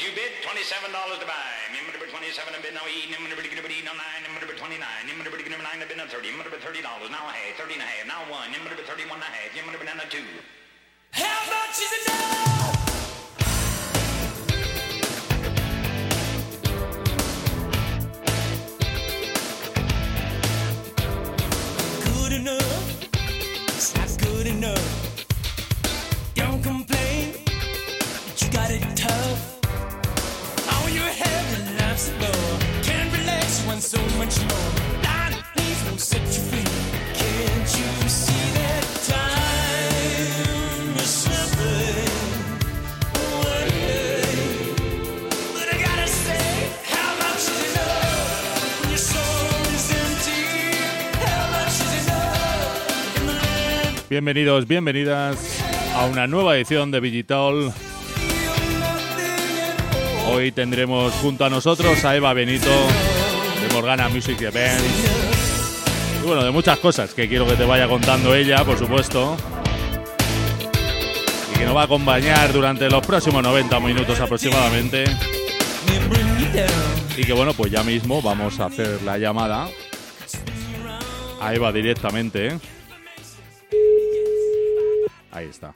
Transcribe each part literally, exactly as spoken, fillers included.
you bid? twenty-seven dollars to buy. Number twenty-seven, I bid now E. Number nine, number twenty-nine. Number nine, I bid now thirty. Number thirty dollars, now a half. thirty and a half, now one. Number thirty-one and a half. Number now two. How much is it now? Good enough. It's not good enough. Don't complain. But you got it tough. All your head and life's low. Can't relax, you want so much more. Line of things won't set you free. Can't you see that time is slipping away? But I gotta say, how much is enough when your soul is empty? How much is enough in the land? Bienvenidos, bienvenidas a una nueva edición de Digital. Hoy tendremos junto a nosotros a Eva Benito de Morgana Music Events y bueno, de muchas cosas que quiero que te vaya contando ella, por supuesto, y que nos va a acompañar durante los próximos noventa minutos aproximadamente. Y que bueno, pues ya mismo vamos a hacer la llamada a Eva directamente. Ahí está.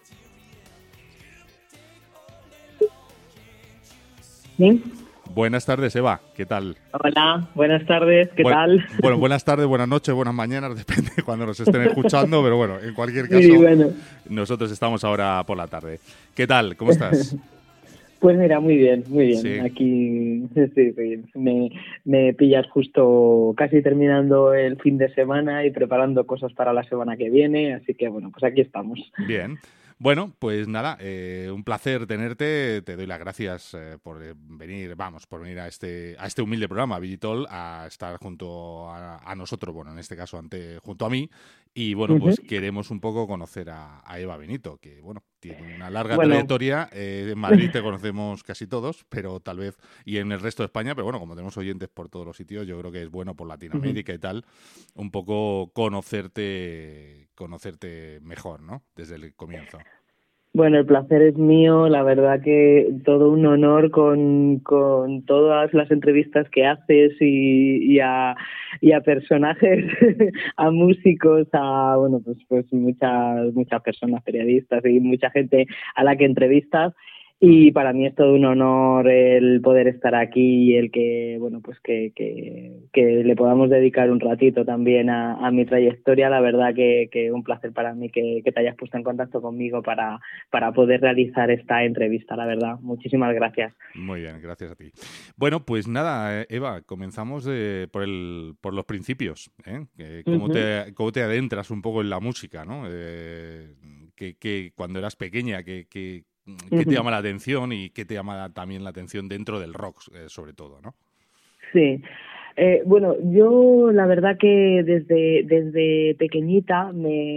¿Sí? Buenas tardes, Eva, ¿qué tal? Hola, buenas tardes, ¿qué Bu- tal? Bueno, buenas tardes, buenas noches, buenas mañanas, depende de cuando nos estén escuchando, pero bueno, en cualquier caso, Sí, bueno. nosotros estamos ahora por la tarde. ¿Qué tal? ¿Cómo estás? Pues mira, muy bien, muy bien. Sí. Aquí sí, sí, me, me pillas justo casi terminando el fin de semana y preparando cosas para la semana que viene, así que bueno, pues aquí estamos. Bien. Bueno, pues nada, eh, un placer tenerte. Te doy las gracias eh, por venir, vamos, por venir a este a este humilde programa, Vigitol, a estar junto a, a nosotros, bueno, en este caso ante junto a mí. Y bueno, pues Ujú. queremos un poco conocer a, a Eva Benito, que bueno, tiene una larga Bueno. trayectoria. Eh, en Madrid te conocemos casi todos, pero tal vez, y en el resto de España, pero bueno, como tenemos oyentes por todos los sitios, yo creo que es bueno por Latinoamérica y tal, un poco conocerte, conocerte mejor, ¿no? Desde el comienzo. Bueno, el placer es mío, la verdad que todo un honor con, con todas las entrevistas que haces y, y, a, y a personajes, a músicos, a bueno pues pues muchas muchas personas, periodistas y mucha gente a la que entrevistas. Y para mí es todo un honor el poder estar aquí y el que bueno pues que, que, que le podamos dedicar un ratito también a, a mi trayectoria. La verdad que, que un placer para mí que, que te hayas puesto en contacto conmigo para, para poder realizar esta entrevista, la verdad. Muchísimas gracias. Muy bien, gracias a ti. Bueno, pues nada, eh, Eva, comenzamos de, por, el, por los principios. ¿eh? Eh, ¿Cómo, Uh-huh. te, ¿Cómo te adentras un poco en la música, ¿no? Eh, que, que cuando eras pequeña, que, que, ¿qué te Uh-huh. llama la atención y qué te llama también la atención dentro del rock, eh, sobre todo, ¿no? Sí. Eh, bueno, yo la verdad que desde desde pequeñita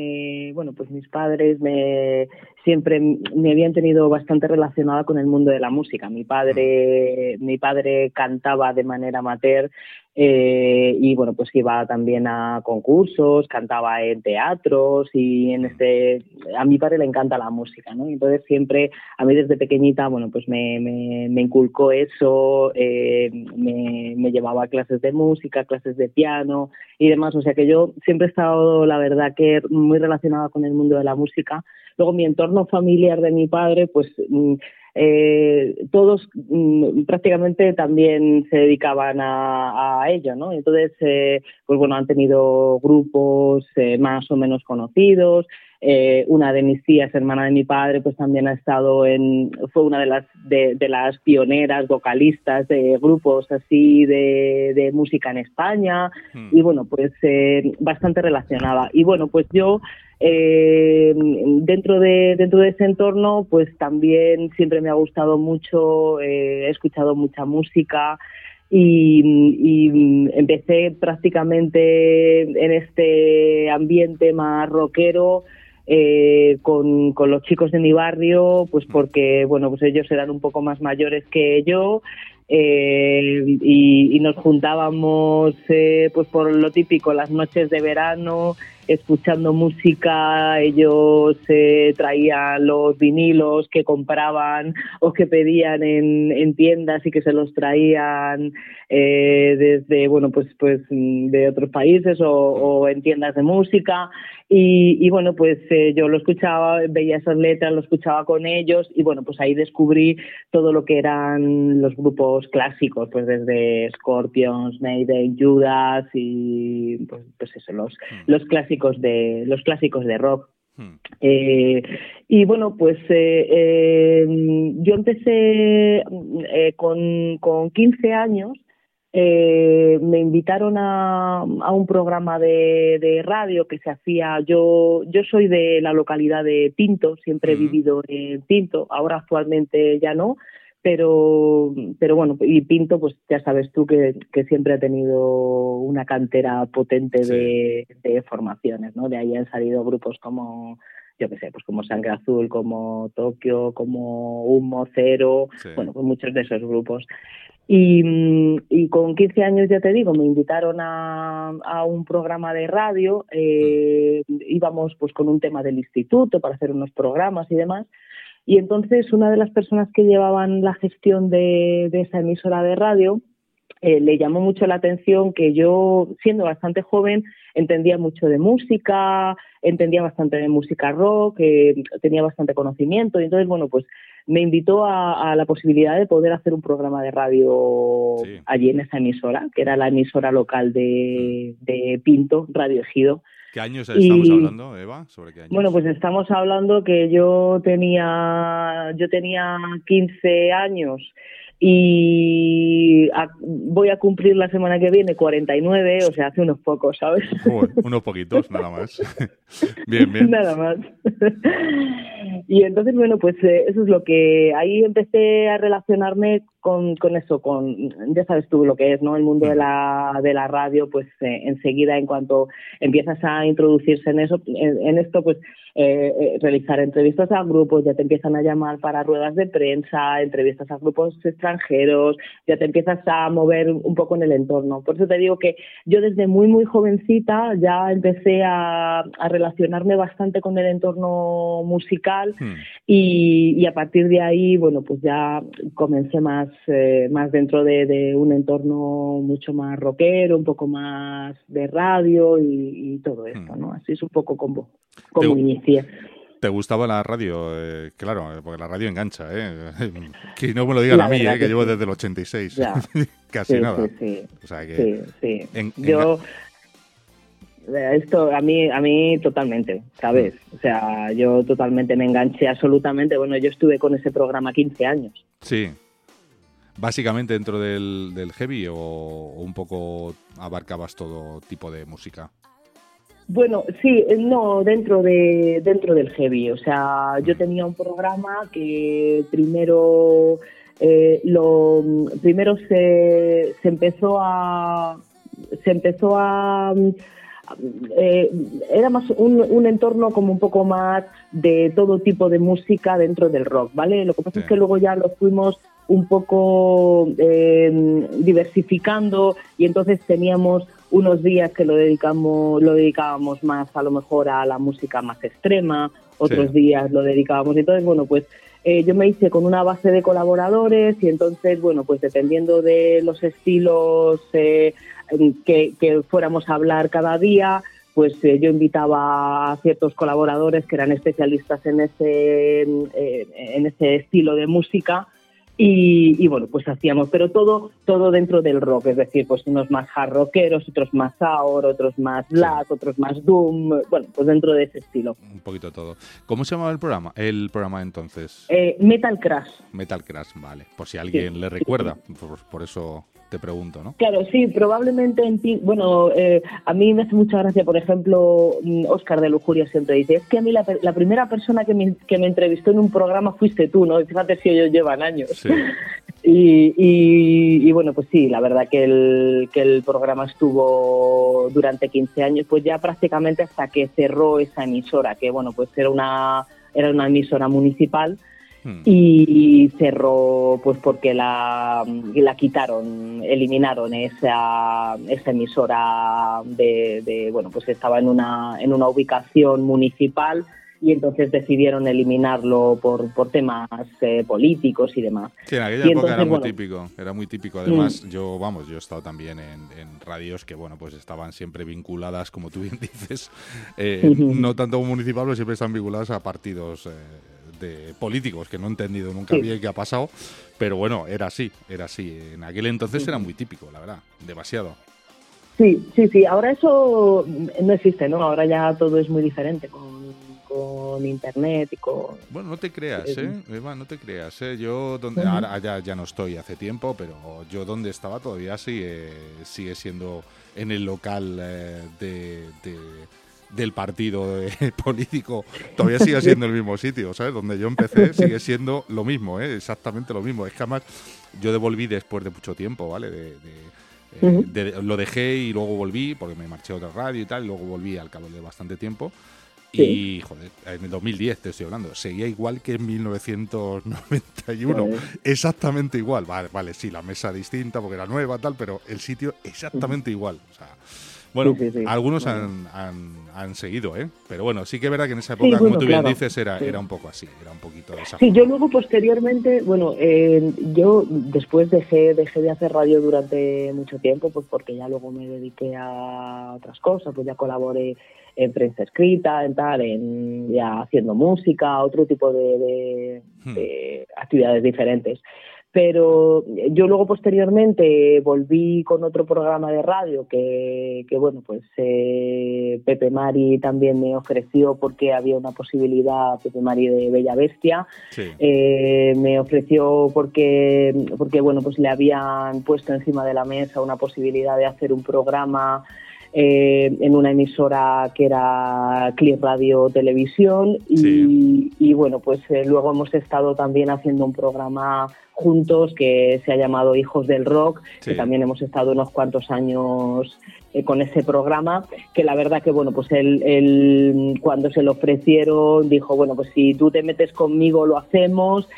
me bueno pues mis padres me siempre me habían tenido bastante relacionada con el mundo de la música. Mi padre mi padre cantaba de manera amateur eh, y bueno pues iba también a concursos, cantaba en teatros y en este a mi padre le encanta la música, ¿no? Entonces siempre a mí desde pequeñita bueno pues me me, me inculcó eso, eh, me, me llevaba a clases de música, clases de piano y demás, o sea que yo siempre he estado, la verdad, que muy relacionada con el mundo de la música. Luego mi entorno familiar de mi padre, pues eh, todos mm, prácticamente también se dedicaban a, a ello, ¿no? Entonces, eh, pues bueno, han tenido grupos eh, más o menos conocidos. Eh, una de mis tías, hermana de mi padre, pues también ha estado en, fue una de las de, de las pioneras vocalistas de grupos así de, de música en España Hmm. y bueno, pues eh, bastante relacionada. Y bueno, pues yo eh, dentro de dentro de ese entorno, pues también siempre me ha gustado mucho, eh, he escuchado mucha música. Y, y empecé prácticamente en este ambiente más rockero eh, con, con los chicos de mi barrio, pues porque bueno pues ellos eran un poco más mayores que yo eh, y, y nos juntábamos eh, pues por lo típico las noches de verano escuchando música, ellos eh, traían los vinilos que compraban o que pedían en, en tiendas y que se los traían eh, desde, bueno, pues, pues de otros países o, o en tiendas de música. Y, y bueno, pues eh, yo lo escuchaba, veía esas letras, lo escuchaba con ellos y bueno, pues ahí descubrí todo lo que eran los grupos clásicos, pues desde Scorpions, Maiden, Judas y pues, pues eso, los, mm. los clásicos de los clásicos de rock. Mm. Eh, y bueno, pues eh, eh, yo empecé eh, con, con quince años. Eh, me invitaron a, a un programa de, de radio que se hacía. Yo yo soy de la localidad de Pinto, siempre he uh-huh. vivido en Pinto, ahora actualmente ya no, pero pero bueno, y Pinto, pues ya sabes tú que, que siempre ha tenido una cantera potente sí. de, de formaciones, ¿no? De ahí han salido grupos como, yo qué sé, pues como Sangre Azul, como Tokio, como Humo, Cero, sí. bueno, pues muchos de esos grupos. Y, y con quince años, ya te digo, me invitaron a, a un programa de radio, eh, íbamos pues con un tema del instituto para hacer unos programas y demás, y entonces una de las personas que llevaban la gestión de, de esa emisora de radio eh, le llamó mucho la atención que yo, siendo bastante joven, entendía mucho de música, entendía bastante de música rock, eh, tenía bastante conocimiento, y entonces, bueno, pues me invitó a, a la posibilidad de poder hacer un programa de radio sí. allí en esa emisora, que era la emisora local de, de Pinto, Radio Ejido. ¿Qué años estamos y, hablando, Eva? ¿Sobre qué años? Bueno, pues estamos hablando que yo tenía, yo tenía quince años y a, voy a cumplir la semana que viene cuarenta y nueve, o sea, hace unos pocos, ¿sabes? Uy, unos poquitos, nada más. Bien, bien. Nada más. Y entonces, bueno, pues eh, eso es lo que... Ahí empecé a relacionarme con, con eso, con... Ya sabes tú lo que es, ¿no? El mundo de la, de la radio, pues eh, enseguida, en cuanto empiezas a introducirse en eso, en, en esto, pues eh, eh, realizar entrevistas a grupos, ya te empiezan a llamar para ruedas de prensa, entrevistas a grupos extranjeros, ya te empiezas a mover un poco en el entorno. Por eso te digo que yo desde muy, muy jovencita ya empecé a, a relacionarme bastante con el entorno musical hmm. y, y a partir de ahí, bueno, pues ya comencé más, eh, más dentro de, de un entorno mucho más rockero, un poco más de radio y, y todo esto, hmm. ¿no? Así es un poco como, como ¿Te, inicié. ¿Te gustaba la radio? Eh, claro, porque la radio engancha, ¿eh? Que no me lo digan la a mí, ¿eh? Que, que llevo sí. desde el ochenta y seis. Ya. Casi sí, nada. Sí, sí. O sea que... Sí, sí. En, Yo... Esto a mí a mí totalmente, ¿sabes? O sea, yo totalmente me enganché absolutamente. Bueno, yo estuve con ese programa quince años. Sí. ¿Básicamente dentro del, del heavy o, o un poco abarcabas todo tipo de música? Bueno, sí, no, dentro de dentro del heavy. O sea, yo tenía un programa que primero eh, lo primero se, se empezó a se empezó a Eh, era más un, un entorno como un poco más de todo tipo de música dentro del rock, ¿vale? Lo que pasa sí. es que luego ya lo fuimos un poco eh, diversificando y entonces teníamos unos días que lo dedicamos lo dedicábamos más a lo mejor a la música más extrema, otros sí. días lo dedicábamos. Entonces, bueno, pues eh, yo me hice con una base de colaboradores y entonces, bueno, pues dependiendo de los estilos eh, Que, que fuéramos a hablar cada día, pues eh, yo invitaba a ciertos colaboradores que eran especialistas en ese, eh, en ese estilo de música y, y bueno, pues hacíamos, pero todo todo dentro del rock, es decir, pues unos más hard rockeros, otros más sour, otros más black, sí. otros más doom, bueno, pues dentro de ese estilo. Un poquito todo. ¿Cómo se llamaba el programa? El programa entonces. Eh, Metal Crash. Metal Crash, vale. Por si alguien sí, le recuerda, sí. por, por eso te pregunto, ¿no? Claro, sí, probablemente en ti, bueno, eh, a mí me hace mucha gracia, por ejemplo, Óscar de Lujuria siempre dice, es que a mí la, la primera persona que me, que me entrevistó en un programa fuiste tú, ¿no? Y fíjate si ellos llevan años. Sí. Y, y, y bueno, pues sí, la verdad que el, que el programa estuvo durante quince años, pues ya prácticamente hasta que cerró esa emisora, que bueno, pues era una, era una emisora municipal. Hmm. y cerró pues porque la, la quitaron, eliminaron esa, esa emisora de, de bueno pues estaba en una en una ubicación municipal y entonces decidieron eliminarlo por, por temas eh, políticos y demás. Sí, en aquella y época entonces, era muy bueno, típico, era muy típico. Además, mm. yo, vamos, yo he estado también en, en radios que, bueno, pues estaban siempre vinculadas, como tú bien dices, eh, no tanto municipal, pero siempre están vinculadas a partidos eh, de políticos, que no he entendido nunca Sí. bien qué ha pasado, pero bueno, era así, era así. En aquel entonces era muy típico, la verdad, demasiado. Sí, sí, sí. Ahora eso no existe, ¿no? Ahora ya todo es muy diferente con, con internet y con... Bueno, no te creas, ¿eh? Eva, no te creas, ¿eh? Yo, donde, Uh-huh. ahora ya, ya no estoy hace tiempo, pero yo donde estaba todavía sigue, sigue siendo en el local eh, de, de, del partido eh, político, todavía sigue siendo el mismo sitio, ¿sabes? Donde yo empecé sigue siendo lo mismo, ¿eh? Exactamente lo mismo. Es que además yo devolví después de mucho tiempo, ¿vale? De, de, Eh, uh-huh. de, lo dejé y luego volví porque me marché a otra radio y tal, y luego volví al cabo de bastante tiempo. Sí. Y, joder, en el dos mil diez te estoy hablando, seguía igual que en mil novecientos noventa y uno, sí. Exactamente igual. Vale, vale, sí, la mesa distinta porque era nueva, tal, pero el sitio exactamente uh-huh. igual. O sea, bueno, sí, sí, sí. algunos bueno. Han, han, han seguido, ¿eh? Pero bueno, sí que es verdad que en esa época, sí, bueno, como tú bien claro. dices, era, sí. era un poco así, era un poquito de esa Sí, forma. yo luego posteriormente, bueno, eh, yo después dejé, dejé de hacer radio durante mucho tiempo, pues porque ya luego me dediqué a otras cosas, pues ya colaboré en prensa escrita, en tal, en ya haciendo música, otro tipo de, de, hmm. de actividades diferentes. Pero yo luego posteriormente volví con otro programa de radio que, que bueno, pues eh, Pepe Mari también me ofreció porque había una posibilidad, Pepe Mari de Bella Bestia, sí. eh, me ofreció porque, porque, bueno, pues le habían puesto encima de la mesa una posibilidad de hacer un programa Eh, en una emisora que era Clear Radio Televisión y, sí. y bueno, pues eh, luego hemos estado también haciendo un programa juntos que se ha llamado Hijos del Rock, sí. que también hemos estado unos cuantos años eh, con ese programa, que la verdad que bueno, pues él, él cuando se lo ofrecieron dijo, bueno, pues si tú te metes conmigo lo hacemos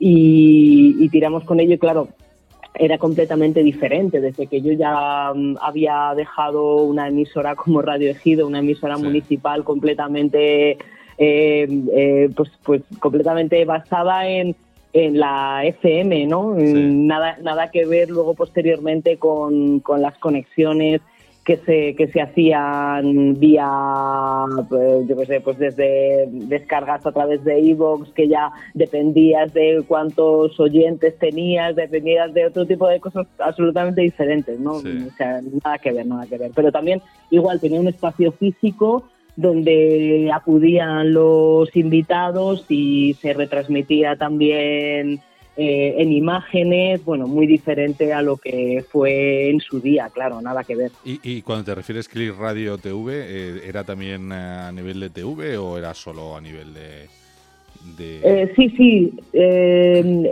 y, y tiramos con ello y claro, era completamente diferente, desde que yo ya um, había dejado una emisora como Radio Ejido, una emisora sí. municipal completamente eh, eh, pues, pues completamente basada en, en la F M, ¿no? Sí. Nada, nada que ver luego posteriormente con, con las conexiones que se que se hacían vía, pues, yo qué sé, pues desde descargas a través de iVoox, que ya dependías de cuántos oyentes tenías, dependías de otro tipo de cosas absolutamente diferentes, ¿no? Sí. O sea, nada que ver, nada que ver. Pero también igual tenía un espacio físico donde acudían los invitados y se retransmitía también Eh, en imágenes, bueno, muy diferente a lo que fue en su día, claro, nada que ver. ¿Y, y cuando te refieres Clear Radio T V, eh, era también a nivel de T V o era solo a nivel de...? de... Eh, sí, sí, eh,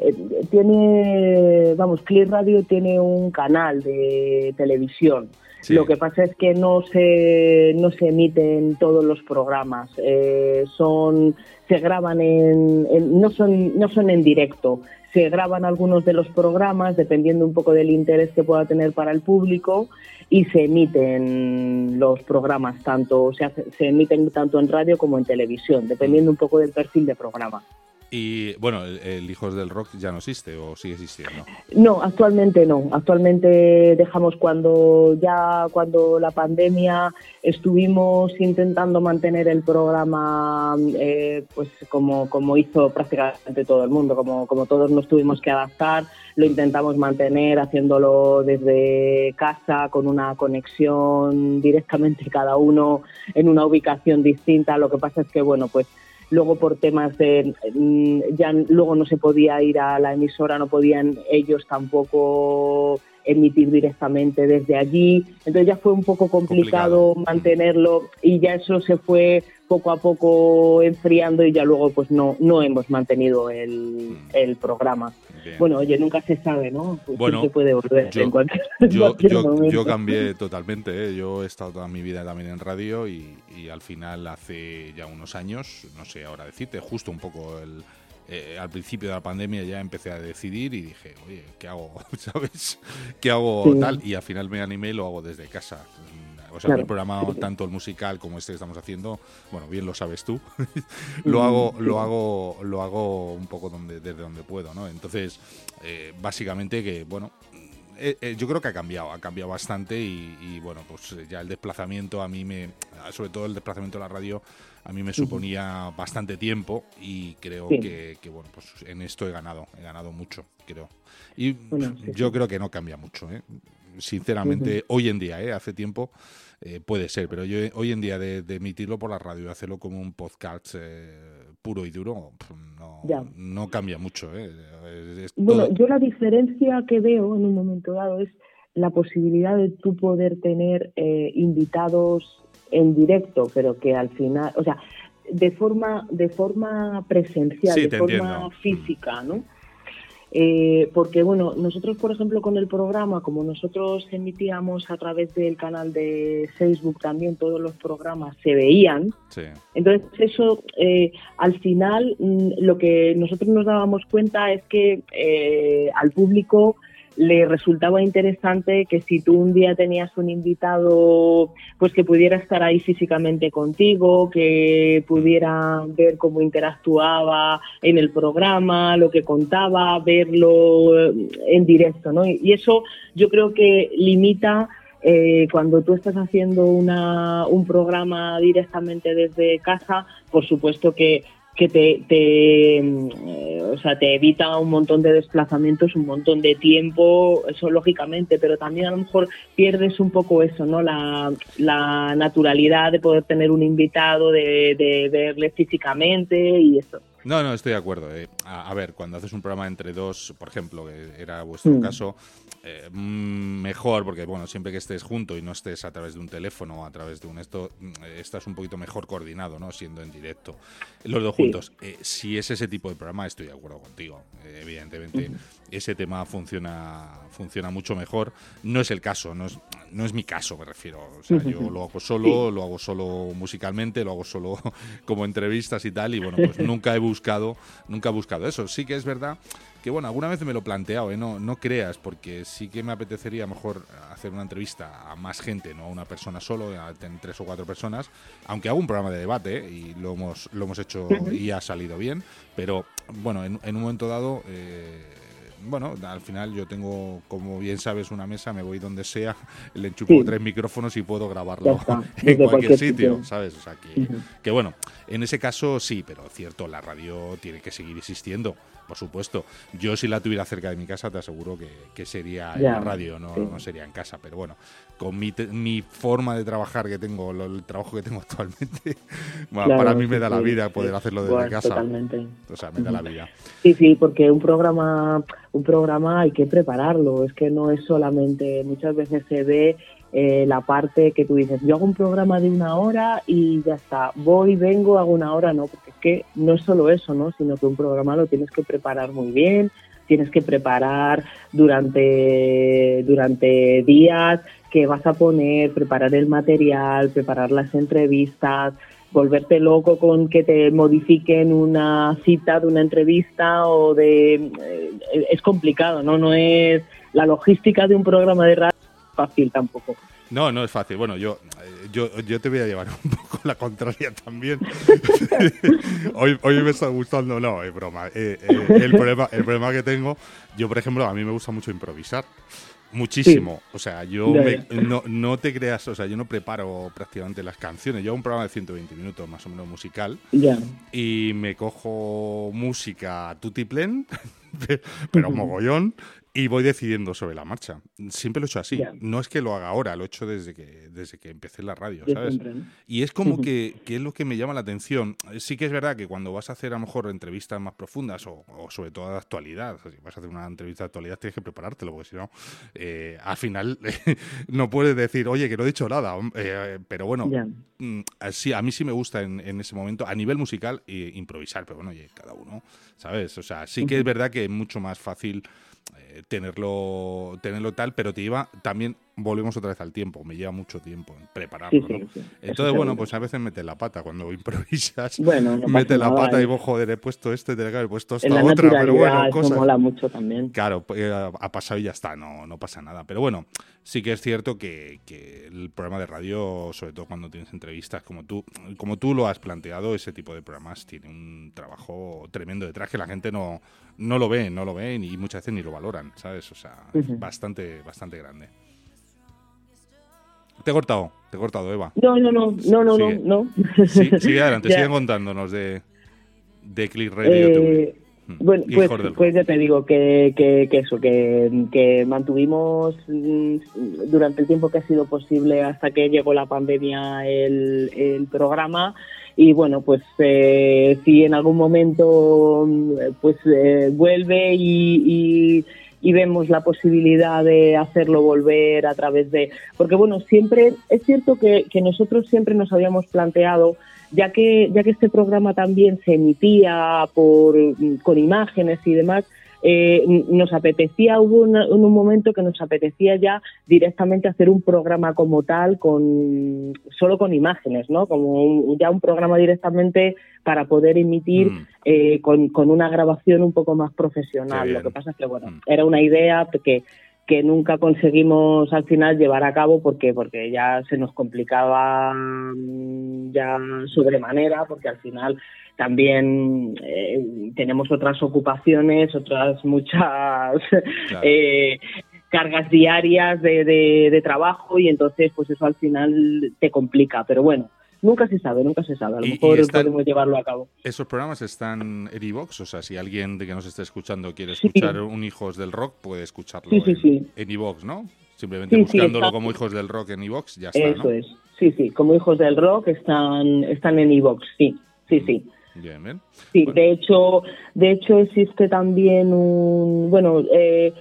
tiene, vamos, Clear Radio tiene un canal de televisión. Sí. Lo que pasa es que no se no se emiten todos los programas, eh, son se graban en, en no son no son en directo. Se graban algunos de los programas dependiendo un poco del interés que pueda tener para el público y se emiten los programas tanto se, hace, se emiten tanto en radio como en televisión, dependiendo un poco del perfil de programa. Y bueno, el, el Hijos del Rock ya no existe o sigue existiendo. No, actualmente no. Actualmente dejamos cuando ya cuando la pandemia estuvimos intentando mantener el programa, eh, pues como como hizo prácticamente todo el mundo, como como todos nos tuvimos que adaptar, lo intentamos mantener haciéndolo desde casa con una conexión directamente cada uno en una ubicación distinta. Lo que pasa es que bueno, pues luego por temas de ya luego no se podía ir a la emisora, no podían ellos tampoco emitir directamente desde allí, entonces ya fue un poco complicado, complicado mantenerlo y ya eso se fue poco a poco enfriando y ya luego pues no no hemos mantenido el, el programa. Bien. Bueno, oye, nunca se sabe, ¿no? Pues bueno, se puede volver yo, en cualquier, yo, cualquier yo, momento. Yo cambié totalmente, ¿eh? Yo he estado toda mi vida también en radio y, y al final hace ya unos años, no sé ahora decirte, justo un poco el, eh, al principio de la pandemia ya empecé a decidir y dije, oye, ¿qué hago? ¿Sabes? ¿Qué hago Sí. tal? Y al final me animé y lo hago desde casa. O sea, Claro. mi programa, Sí, sí. tanto el musical como este que estamos haciendo, bueno, bien lo sabes tú, lo hago, Sí. lo hago, lo hago un poco donde, desde donde puedo, ¿no? Entonces, eh, básicamente que, bueno, eh, eh, yo creo que ha cambiado, ha cambiado bastante y, y, bueno, pues ya el desplazamiento a mí me, sobre todo el desplazamiento a la radio, a mí me suponía bastante tiempo y creo Sí. que, que, bueno, pues en esto he ganado, he ganado mucho, creo. Y Bueno, sí, yo sí. creo que no cambia mucho, ¿eh? Sinceramente, hoy en día, ¿eh? Hace tiempo, eh, puede ser, pero yo hoy en día de, de emitirlo por la radio y hacerlo como un podcast eh, puro y duro, pf, no, Ya. no cambia mucho, ¿eh? Es, es Bueno, todo... yo la diferencia que veo en un momento dado es la posibilidad de tú poder tener eh, invitados en directo, pero que al final, o sea, de forma de forma presencial, Sí, de te forma entiendo. física, ¿no? Eh, porque, bueno, nosotros, por ejemplo, con el programa, como nosotros emitíamos a través del canal de Facebook también, todos los programas se veían. Sí. Entonces, eso, eh, al final, mm, lo que nosotros nos dábamos cuenta es que eh, al público le resultaba interesante que si tú un día tenías un invitado, pues que pudiera estar ahí físicamente contigo, que pudiera ver cómo interactuaba en el programa, lo que contaba, verlo en directo, ¿no? Y eso yo creo que limita eh, cuando tú estás haciendo una, un programa directamente desde casa, por supuesto que que te, te eh, o sea, te evita un montón de desplazamientos, un montón de tiempo, eso lógicamente, pero también a lo mejor pierdes un poco eso, ¿no? La, la naturalidad de poder tener un invitado, de, de verle físicamente y eso. No, no, estoy de acuerdo. Eh. A, a ver, cuando haces un programa entre dos, por ejemplo, que era vuestro Mm. caso, eh, mejor, porque bueno, siempre que estés junto y no estés a través de un teléfono o a través de un esto, eh, estás un poquito mejor coordinado, ¿no? Siendo en directo. Los dos Sí. juntos. Eh, si es ese tipo de programa, estoy de acuerdo contigo. Eh, evidentemente, Ujú. ese tema funciona, funciona mucho mejor. No es el caso, no es, no es mi caso, me refiero. O sea, yo lo hago solo, Sí. lo hago solo musicalmente, lo hago solo como entrevistas y tal, y bueno, pues nunca he buscado, nunca he buscado eso. Sí que es verdad que, bueno, alguna vez me lo he planteado, ¿eh? No, no creas, porque sí que me apetecería mejor hacer una entrevista a más gente, no a una persona solo, a tener tres o cuatro personas, aunque hago un programa de debate, ¿eh? Y lo hemos, lo hemos hecho y ha salido bien, pero bueno, en, en un momento dado... Eh, bueno, al final yo tengo, como bien sabes, una mesa, me voy donde sea, le enchupo Sí. tres micrófonos y puedo Ya grabarlo está, en desde cualquier cualquier sitio, sitio. ¿sabes? O sea, que, Ujú. que bueno, en ese caso sí, pero cierto, la radio tiene que seguir existiendo, por supuesto. Yo si la tuviera cerca de mi casa te aseguro que, que sería en Ya, la radio, no, sí. no sería en casa, pero bueno, con mi, te- mi forma de trabajar que tengo, lo- el trabajo que tengo actualmente, bueno, Claro, para mí me sí, da la sí, vida sí. poder hacerlo desde Bueno, casa. totalmente. O sea, me da la vida. Sí, sí, porque un programa, un programa hay que prepararlo. Es que no es solamente, muchas veces se ve eh, la parte que tú dices, yo hago un programa de una hora y ya está, voy, vengo, hago una hora, no, porque es que no es solo eso, ¿no? Sino que un programa lo tienes que preparar muy bien, tienes que preparar durante, durante días que vas a poner, preparar el material, preparar las entrevistas, volverte loco con que te modifiquen una cita de una entrevista o de... Eh, es complicado, ¿no? No es... La logística de un programa de radio es fácil tampoco. No, no es fácil. Bueno, yo, eh, yo, yo te voy a llevar un poco la contraria también. hoy, hoy me está gustando, no, es broma. Eh, eh, el, problema, el problema que tengo, yo por ejemplo, a mí me gusta mucho improvisar. Muchísimo. Sí. O sea, yo Ya, me- ya. no, no te creas, o sea, yo no preparo prácticamente las canciones. Yo hago un programa de ciento veinte minutos más o menos musical Ya. y me cojo música tutiplén, pero mogollón, y voy decidiendo sobre la marcha. Siempre lo he hecho así. Ya. No es que lo haga ahora, lo he hecho desde que, desde que empecé en la radio, Yo ¿sabes? siempre, ¿no? Y es como Ujú. que, que es lo que me llama la atención. Sí que es verdad que cuando vas a hacer a lo mejor entrevistas más profundas o, o sobre todo de actualidad, o sea, si vas a hacer una entrevista de actualidad tienes que preparártelo, porque si no, eh, al final no puedes decir, oye, que no he dicho nada. hom- eh, pero bueno, Ya. mm, sí, a mí sí me gusta en, en ese momento, a nivel musical, eh, improvisar, pero bueno, oye, cada uno, ¿sabes? O sea, sí que es verdad que es mucho más fácil eh, tenerlo, tenerlo tal, pero te lleva también volvemos otra vez al tiempo, me lleva mucho tiempo en prepararlo, sí, sí, ¿no? sí. Entonces, bueno, pues a veces metes la pata cuando improvisas, bueno, no metes la nada, pata ¿eh? y vos, joder, he puesto este, te he puesto esta En la otra, pero bueno, naturalidad, eso cosas... mola mucho también. Claro, eh, ha pasado y ya está, no, no pasa nada. Pero bueno, sí que es cierto que, que el programa de radio, sobre todo cuando tienes entrevistas, como tú, como tú lo has planteado, ese tipo de programas tiene un trabajo tremendo detrás que la gente no, no lo ve, no lo ve y muchas veces ni lo valoran, ¿sabes? O sea, es uh-huh. bastante, bastante grande. Te he cortado, te he cortado, Eva. No, no, no, no, no, sigue, no. Sí, sigue adelante, sigue contándonos de, de Click Radio eh, T V. Bueno, pues, pues ya te digo que, que, que eso, que, que mantuvimos durante el tiempo que ha sido posible hasta que llegó la pandemia el, el programa y bueno, pues eh, si en algún momento pues eh, vuelve y, y, y vemos la posibilidad de hacerlo volver a través de... Porque bueno, siempre es cierto que, que nosotros siempre nos habíamos planteado ya que ya que este programa también se emitía por con imágenes y demás, eh, nos apetecía, hubo una, en un momento que nos apetecía ya directamente hacer un programa como tal, con solo con imágenes, ¿no? Como un, ya un programa directamente para poder emitir mm. eh, con, con una grabación un poco más profesional. Lo que pasa es que, bueno, mm. era una idea que... que nunca conseguimos al final llevar a cabo porque porque ya se nos complicaba ya sobremanera, porque al final también eh, tenemos otras ocupaciones, otras muchas claro. eh, cargas diarias de, de, de trabajo y entonces pues eso al final te complica, pero bueno, nunca se sabe, nunca se sabe. A lo y, mejor y están, podemos llevarlo a cabo. ¿Esos programas están en iVoox? O sea, si alguien de que nos esté escuchando quiere escuchar sí. un Hijos del Rock, puede escucharlo sí, sí, en, sí. en iVoox, ¿no? Simplemente sí, buscándolo sí, como Hijos del Rock en iVoox, ya está, Eso ¿no? es, sí, sí, como Hijos del Rock están, están en iVoox, sí, sí, sí. Bien, bien. Sí, bueno. de hecho, de hecho existe también un, bueno, eh,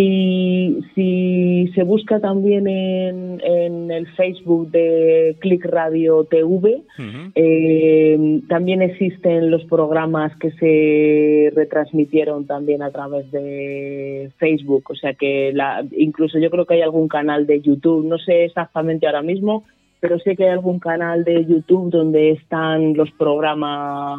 si, si se busca también en, en el Facebook de Click Radio T V, uh-huh. eh, también existen los programas que se retransmitieron también a través de Facebook, o sea que la, incluso yo creo que hay algún canal de YouTube, no sé exactamente ahora mismo, pero sé que hay algún canal de YouTube donde están los programas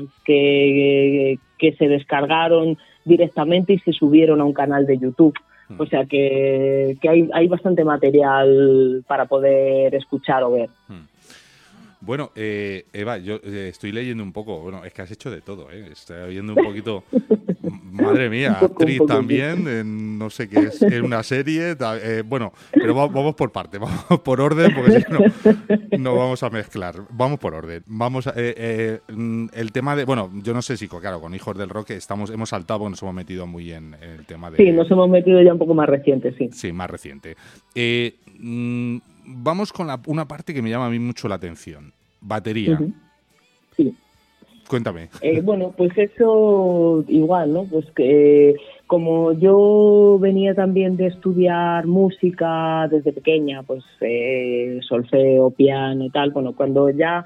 que, que se descargaron directamente y se subieron a un canal de YouTube. Mm. O sea que, que hay, hay bastante material para poder escuchar o ver. Mm. Bueno, eh, Eva, yo eh, estoy leyendo un poco, bueno, es que has hecho de todo, ¿eh? Estoy viendo un poquito, madre mía, poco, actriz también, en, no sé qué es, en una serie, eh, bueno, pero va, vamos por parte, vamos por orden, porque si no, no vamos a mezclar, vamos por orden. Vamos a, eh, eh, el tema de, bueno, yo no sé si, claro, con Hijos del Rock estamos, hemos saltado porque nos hemos metido muy en, en el tema de... Sí, nos hemos metido ya un poco más reciente, sí. Sí, más reciente. Eh, mmm, vamos con la, una parte que me llama a mí mucho la atención. Batería. Uh-huh. Sí. Cuéntame. Eh, bueno, pues eso igual, ¿no? Pues que como yo venía también de estudiar música desde pequeña, pues eh, solfeo, piano y tal, bueno, cuando ya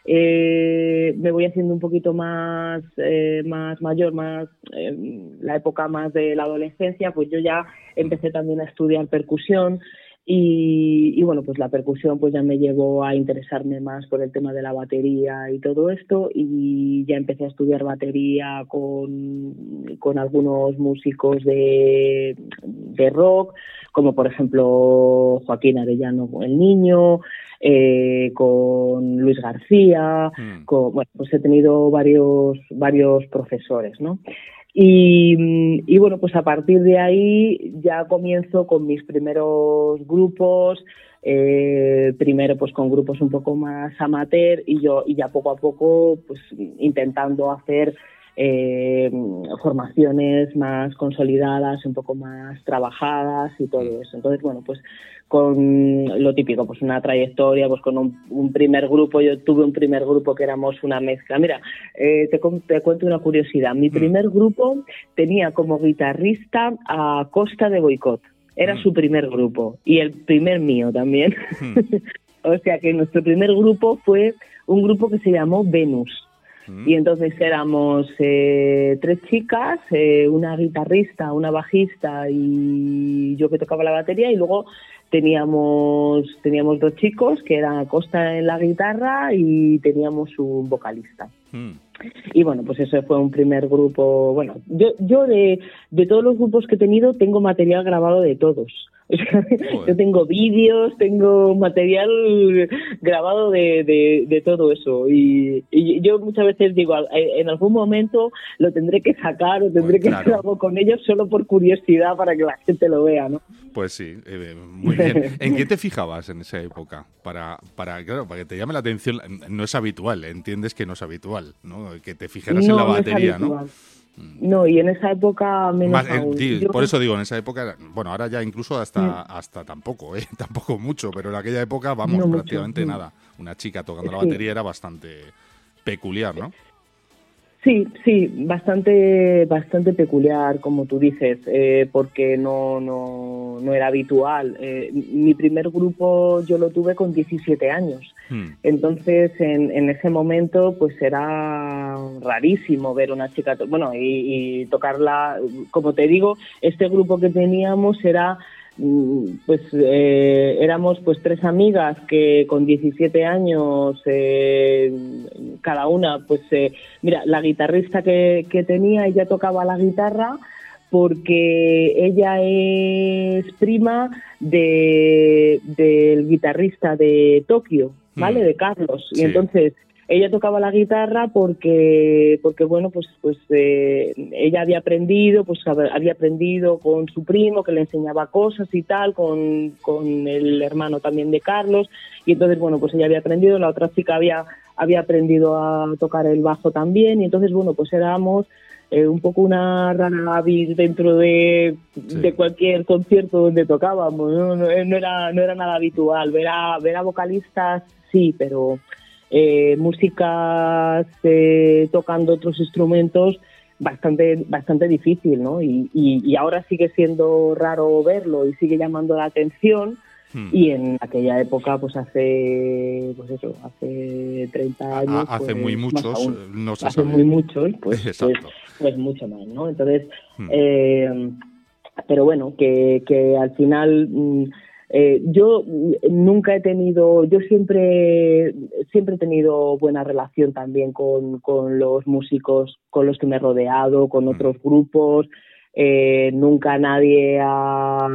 eh, me voy haciendo un poquito más, eh, más mayor, más eh, la época más de la adolescencia, pues yo ya empecé también a estudiar percusión. Y, y bueno, pues la percusión pues ya me llevó a interesarme más por el tema de la batería y todo esto, y ya empecé a estudiar batería con, con algunos músicos de, de rock, como por ejemplo Joaquín Arellano con El Niño, eh, con Luis García, mm. con, bueno, pues he tenido varios, varios profesores, ¿no? Y, y bueno, pues a partir de ahí ya comienzo con mis primeros grupos, eh, primero pues con grupos un poco más amateur y yo y ya poco a poco pues intentando hacer eh, formaciones más consolidadas, un poco más trabajadas y todo eso. Entonces, bueno, pues con lo típico, pues una trayectoria, pues con un, un primer grupo, yo tuve un primer grupo que éramos una mezcla. Mira, eh, te, te cuento una curiosidad. Mi primer grupo tenía como guitarrista a Costa de Boicot. Era mm. su primer grupo y el primer mío también. Mm. O sea que nuestro primer grupo fue un grupo que se llamó Venus. Mm. Y entonces éramos eh, tres chicas, eh, una guitarrista, una bajista y yo que tocaba la batería, y luego teníamos teníamos dos chicos, que era Costa en la guitarra y teníamos un vocalista. Mm. Y bueno, pues ese fue un primer grupo. Bueno, yo yo de, de todos los grupos que he tenido tengo material grabado de todos. O sea, yo tengo vídeos, tengo material grabado de, de, de todo eso. Y, y yo muchas veces digo, en algún momento lo tendré que sacar o tendré pues, que claro. hacer algo con ellos solo por curiosidad para que la gente lo vea, ¿no? Pues sí, eh, muy bien. ¿En qué te fijabas en esa época? Para, para, claro, para que te llame la atención, no es habitual, entiendes que no es habitual, ¿no? Que te fijaras no, en la batería, ¿no? ¿no? No, y en esa época menos Más, eh, aún. Sí, Yo... por eso digo, en esa época, bueno, ahora ya incluso hasta mm. hasta tampoco, ¿eh? Tampoco mucho, pero en aquella época, vamos, no prácticamente mucho. nada. Una chica tocando sí. la batería era bastante peculiar, ¿no? Sí, sí, bastante bastante peculiar, como tú dices, eh, porque no, no, no era habitual. Eh, mi primer grupo yo lo tuve con diecisiete años. Hmm. Entonces, en, en ese momento, pues era rarísimo ver una chica, to- bueno, y, y tocarla. Como te digo, este grupo que teníamos era... pues eh, éramos pues tres amigas que con diecisiete años eh, cada una pues eh, mira, la guitarrista que, que tenía, ella tocaba la guitarra porque ella es prima de del guitarrista de Tokio, ¿vale? Mm. De Carlos, sí. Y entonces ella tocaba la guitarra porque, porque bueno, pues, pues eh, ella había aprendido, pues había aprendido con su primo que le enseñaba cosas y tal, con, con el hermano también de Carlos, y entonces bueno, pues ella había aprendido, la otra chica había, había aprendido a tocar el bajo también, y entonces bueno, pues éramos eh, un poco una rara avis dentro de, sí. de cualquier concierto donde tocábamos, ¿no? No, no era, no era nada habitual, ver a, ver a vocalistas sí, pero... Eh, músicas eh, tocando otros instrumentos bastante bastante difícil, ¿no? Y, y, y ahora sigue siendo raro verlo y sigue llamando la atención. Hmm. Y en aquella época, pues hace, pues eso, hace treinta años, hace pues, muy muchos, no se hace sabe. muy muchos, pues, pues, pues mucho más, ¿no? Entonces, hmm. eh, pero bueno, que, que al final. Mmm, Eh, yo nunca he tenido, yo siempre siempre he tenido buena relación también con, con los músicos con los que me he rodeado, con otros grupos. Eh, nunca nadie ha,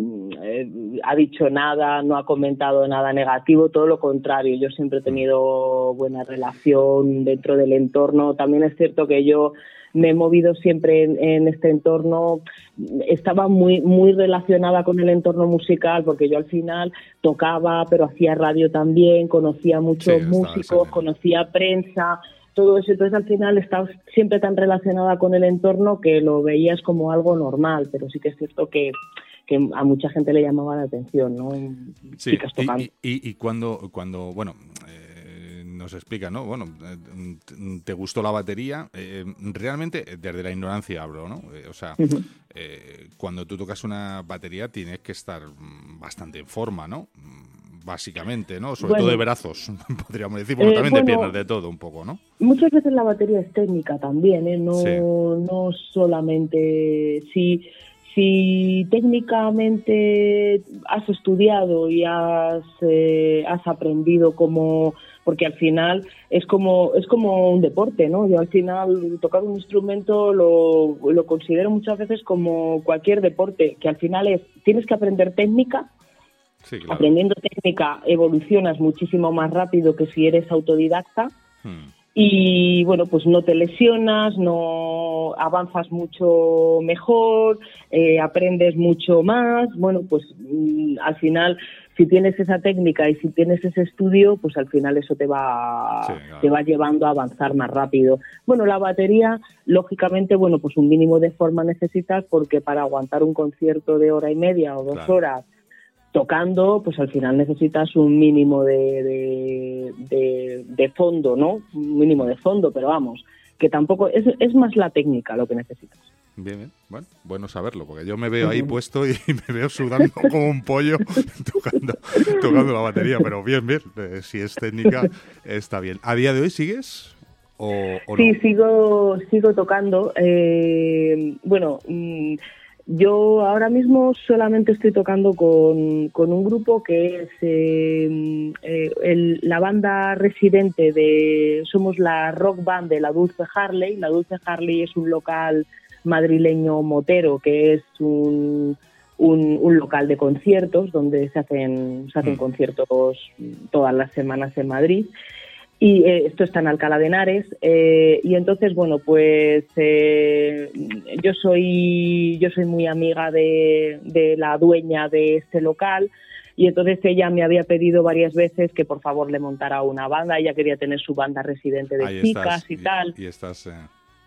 eh, ha dicho nada, no ha comentado nada negativo, todo lo contrario. Yo siempre he tenido buena relación dentro del entorno. También es cierto que yo me he movido siempre en, en este entorno, estaba muy muy relacionada con el entorno musical, porque yo al final tocaba, pero hacía radio también, conocía muchos sí, músicos, conocía prensa, todo eso. Entonces al final estaba siempre tan relacionada con el entorno que lo veías como algo normal, pero sí que es cierto que que a mucha gente le llamaba la atención, ¿no? Sí, y, y, y cuando, cuando, bueno, eh, nos explica, ¿no? Bueno, eh, te gustó la batería, eh, realmente, desde la ignorancia hablo, ¿no? Eh, o sea, uh-huh. eh, cuando tú tocas una batería tienes que estar bastante en forma, ¿no? Básicamente, ¿no? Sobre bueno, todo de brazos, podríamos decir, bueno, también eh, bueno, de piernas, de todo un poco, ¿no? Muchas veces la batería es técnica también, ¿eh? No, sí. no solamente... Si, si técnicamente has estudiado y has, eh, has aprendido cómo... Porque al final es como es como un deporte, ¿no? Yo al final tocar un instrumento lo, lo considero muchas veces como cualquier deporte, que al final es, tienes que aprender técnica. Sí, claro. Aprendiendo técnica evolucionas muchísimo más rápido que si eres autodidacta. Hmm. Y bueno, pues no te lesionas, no avanzas mucho mejor, eh, aprendes mucho más. Bueno, pues mm, al final, si tienes esa técnica y si tienes ese estudio, pues al final eso te va, sí, claro. te va llevando a avanzar más rápido. Bueno, la batería, lógicamente, bueno, pues un mínimo de forma necesitas, porque para aguantar un concierto de hora y media o dos claro. horas tocando, pues al final necesitas un mínimo de, de, de, de fondo, ¿no? Un mínimo de fondo, pero vamos, que tampoco, es, es más la técnica lo que necesitas. Bien, bien, bueno, bueno saberlo, porque yo me veo ahí uh-huh. puesto y me veo sudando como un pollo tocando, tocando la batería, pero bien, bien, eh, si es técnica, está bien. ¿A día de hoy sigues o, o no? Sí, sigo, sigo tocando, eh, bueno... Mmm, Yo ahora mismo solamente estoy tocando con, con un grupo que es eh, eh, el, la banda residente de... Somos la rock band de La Dulce Harley. La Dulce Harley es un local madrileño motero, que es un, un, un local de conciertos donde se hacen, se hacen mm. conciertos todas las semanas en Madrid. Y eh, esto está en Alcalá de Henares, eh, y entonces, bueno, pues eh, yo soy yo soy muy amiga de, de la dueña de este local, y entonces ella me había pedido varias veces que por favor le montara una banda. Ella quería tener su banda residente de Ahí chicas estás, y tal. Y, y estás... Eh...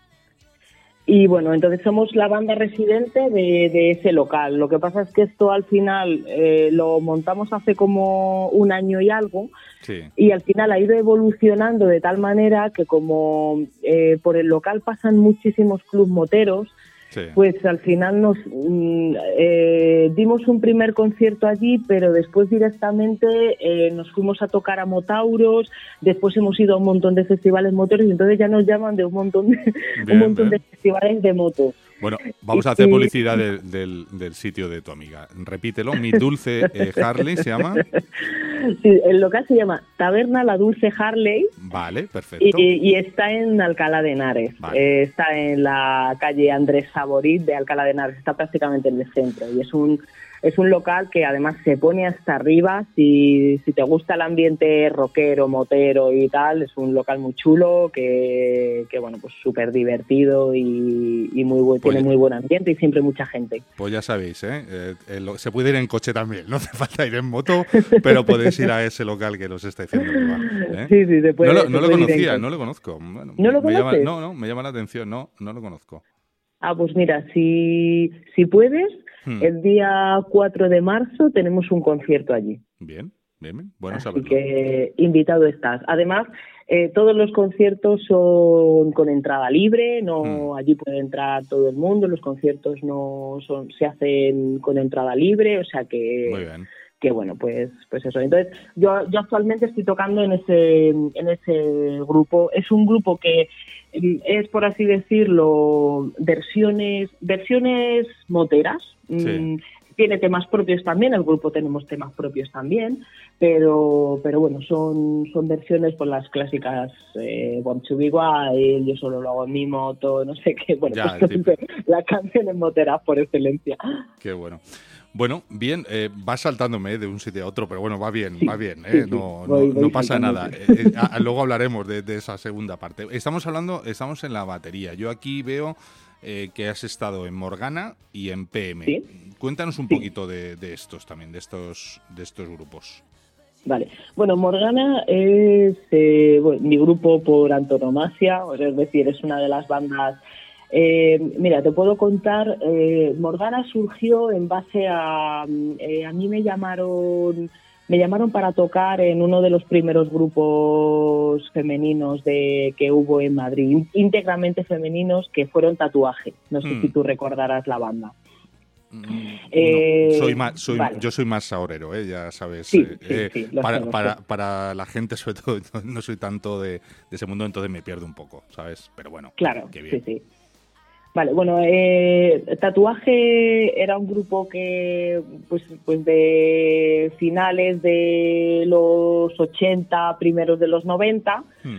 Y bueno, entonces somos la banda residente de, de ese local. Lo que pasa es que esto al final eh, lo montamos hace como un año y algo, sí. Y al final ha ido evolucionando de tal manera que como eh, por el local pasan muchísimos club moteros, sí. Pues al final nos eh, dimos un primer concierto allí, pero después directamente eh, nos fuimos a tocar a Motauros, después hemos ido a un montón de festivales moteros y entonces ya nos llaman de un montón de, bien, un montón de festivales de motos. Bueno, vamos a hacer publicidad de, del, del sitio de tu amiga. Repítelo, Mi Dulce eh, Harley se llama. Sí, el local se llama Taberna La Dulce Harley. Vale, perfecto. Y, y está en Alcalá de Henares. Vale. Eh, está en la calle Andrés Saborit de Alcalá de Henares. Está prácticamente en el centro. Y es un es un local que además se pone hasta arriba. Si, si te gusta el ambiente rockero, motero y tal, es un local muy chulo, que, que bueno, pues súper divertido y, y muy buen, pues, tiene muy buen ambiente y siempre mucha gente. Pues ya sabéis, ¿eh? Eh, eh, lo, se puede ir en coche también, no hace falta ir en moto, pero podéis ir a ese local que nos está diciendo. ¿Eh? Sí, sí, se puede. No lo, se no lo puede conocía, no lo conozco. Bueno, ¿No lo me conoces? llama, no, no, me llama la atención, no, no lo conozco. Ah, pues mira, si, si puedes, hmm. el día cuatro de marzo tenemos un concierto allí. Bien, bien, bien. Bueno Así saberlo. que invitado estás. Además, eh, todos los conciertos son con entrada libre, no hmm. allí puede entrar todo el mundo, los conciertos no son se hacen con entrada libre, o sea que... Muy bien. Que bueno, pues pues eso. Entonces, yo yo actualmente estoy tocando en ese en ese grupo. Es un grupo que es, por así decirlo, versiones versiones moteras. Sí. Tiene temas propios también, el grupo tenemos temas propios también, pero pero bueno, son son versiones por las clásicas eh, Born to Be Wild, Yo solo lo hago en mi moto, no sé qué, bueno, ya, pues las canciones moteras por excelencia. Qué bueno. Bueno, bien, eh, va saltándome de un sitio a otro, pero bueno, va bien, sí, va bien, ¿eh? sí, no, sí. Voy, no, voy no pasa nada. Eh, eh, a, luego hablaremos de, de esa segunda parte. Estamos hablando, estamos en la batería. Yo aquí veo eh, que has estado en Morgana y en P M. ¿Sí? Cuéntanos un sí. poquito de, de estos también, de estos, de estos grupos. Vale, bueno, Morgana es eh, bueno, mi grupo por antonomasia, o sea, es decir, es una de las bandas. Eh, mira, te puedo contar, eh, Morgana surgió en base a, eh, a mí me llamaron, me llamaron para tocar en uno de los primeros grupos femeninos de que hubo en Madrid, íntegramente femeninos, que fueron Tatuaje. No sé hmm. si tú recordarás la banda. No, eh, soy más, soy, vale. Yo soy más saorero, ¿eh? Ya sabes. Sí, eh, sí, sí, para, sé, para, para la gente, sobre todo, no soy tanto de, de ese mundo, entonces me pierdo un poco, ¿sabes? Pero bueno, claro, qué bien. sí, sí. Vale, bueno, eh, Tatuaje era un grupo que, pues, pues de finales de los ochenta, primeros de los noventa, hmm.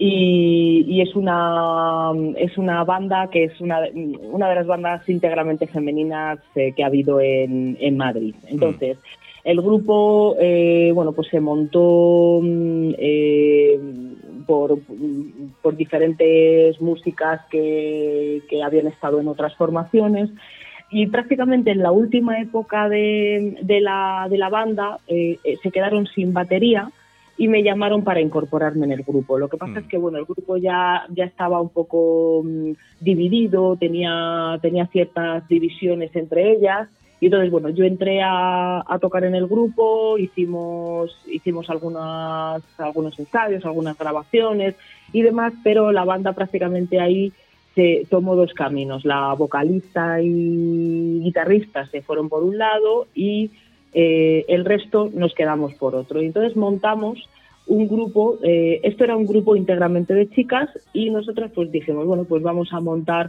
y, y es una es una banda que es una, una de las bandas íntegramente femeninas eh, que ha habido en, en Madrid. Entonces, hmm. el grupo, eh, bueno, pues se montó eh, por, por diferentes músicas que, que habían estado en otras formaciones, y prácticamente en la última época de, de, la, de la banda eh, se quedaron sin batería y me llamaron para incorporarme en el grupo. Lo que pasa mm. es que bueno, el grupo ya, ya estaba un poco um, dividido, tenía, tenía ciertas divisiones entre ellas. Y entonces, bueno, yo entré a, a tocar en el grupo, hicimos hicimos algunas algunos ensayos, algunas grabaciones y demás, pero la banda prácticamente ahí se tomó dos caminos. La vocalista y guitarrista se fueron por un lado y eh, el resto nos quedamos por otro. Y entonces montamos un grupo, eh, esto era un grupo íntegramente de chicas, y nosotras pues dijimos, bueno, pues vamos a montar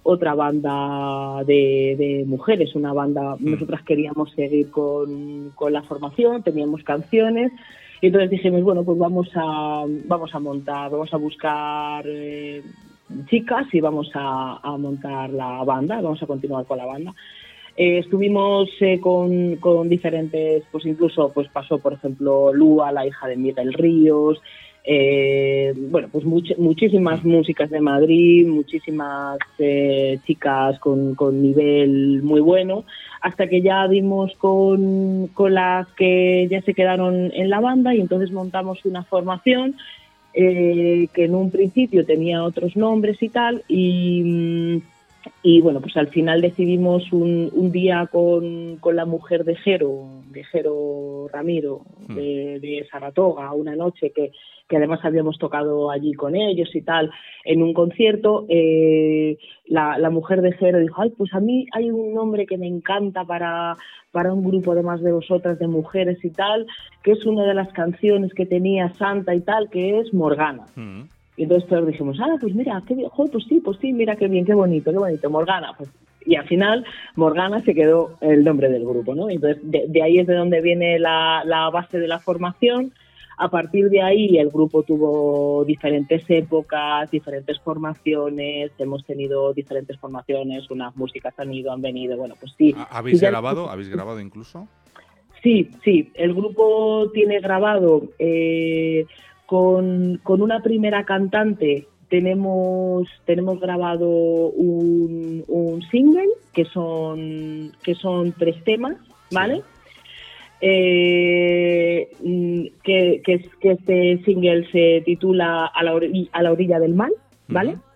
otra banda de, de mujeres, una banda, Mm. nosotras queríamos seguir con, con la formación, teníamos canciones, y entonces dijimos, bueno, pues vamos a, vamos a montar, vamos a buscar eh, chicas y vamos a, a montar la banda, vamos a continuar con la banda. Eh, estuvimos eh, con, con diferentes, pues incluso pues pasó, por ejemplo, Lua, la hija de Miguel Ríos, eh, bueno, pues much, muchísimas músicas de Madrid, muchísimas eh, chicas con, con nivel muy bueno, hasta que ya dimos con, con las que ya se quedaron en la banda y entonces montamos una formación eh, que en un principio tenía otros nombres y tal, y... Y bueno, pues al final decidimos un, un día con, con la mujer de Jero, de Jero Ramiro, de, de Saratoga, una noche que, que además habíamos tocado allí con ellos y tal, en un concierto, eh, la, la mujer de Jero dijo, ay, pues a mí hay un nombre que me encanta para, para un grupo además de vosotras, de mujeres y tal, que es una de las canciones que tenía Santa y tal, que es Morgana. Mm. Y entonces todos dijimos, ah, pues mira, qué bien, joder, pues sí, pues sí, mira qué bien, qué bonito, qué bonito, Morgana. Pues, y al final Morgana se quedó el nombre del grupo, ¿no? Entonces de, de ahí es de donde viene la, la base de la formación. A partir de ahí el grupo tuvo diferentes épocas, diferentes formaciones, hemos tenido diferentes formaciones, unas músicas han ido, han venido, bueno, pues sí. ¿Habéis sí, grabado? ¿Habéis grabado incluso? Sí, sí, el grupo tiene grabado... Eh, Con, con una primera cantante tenemos tenemos grabado un, un single que son que son tres temas, ¿vale? Sí. Eh, que, que, que este single se titula A la, orilla, a la orilla del mal, ¿vale? Uh-huh.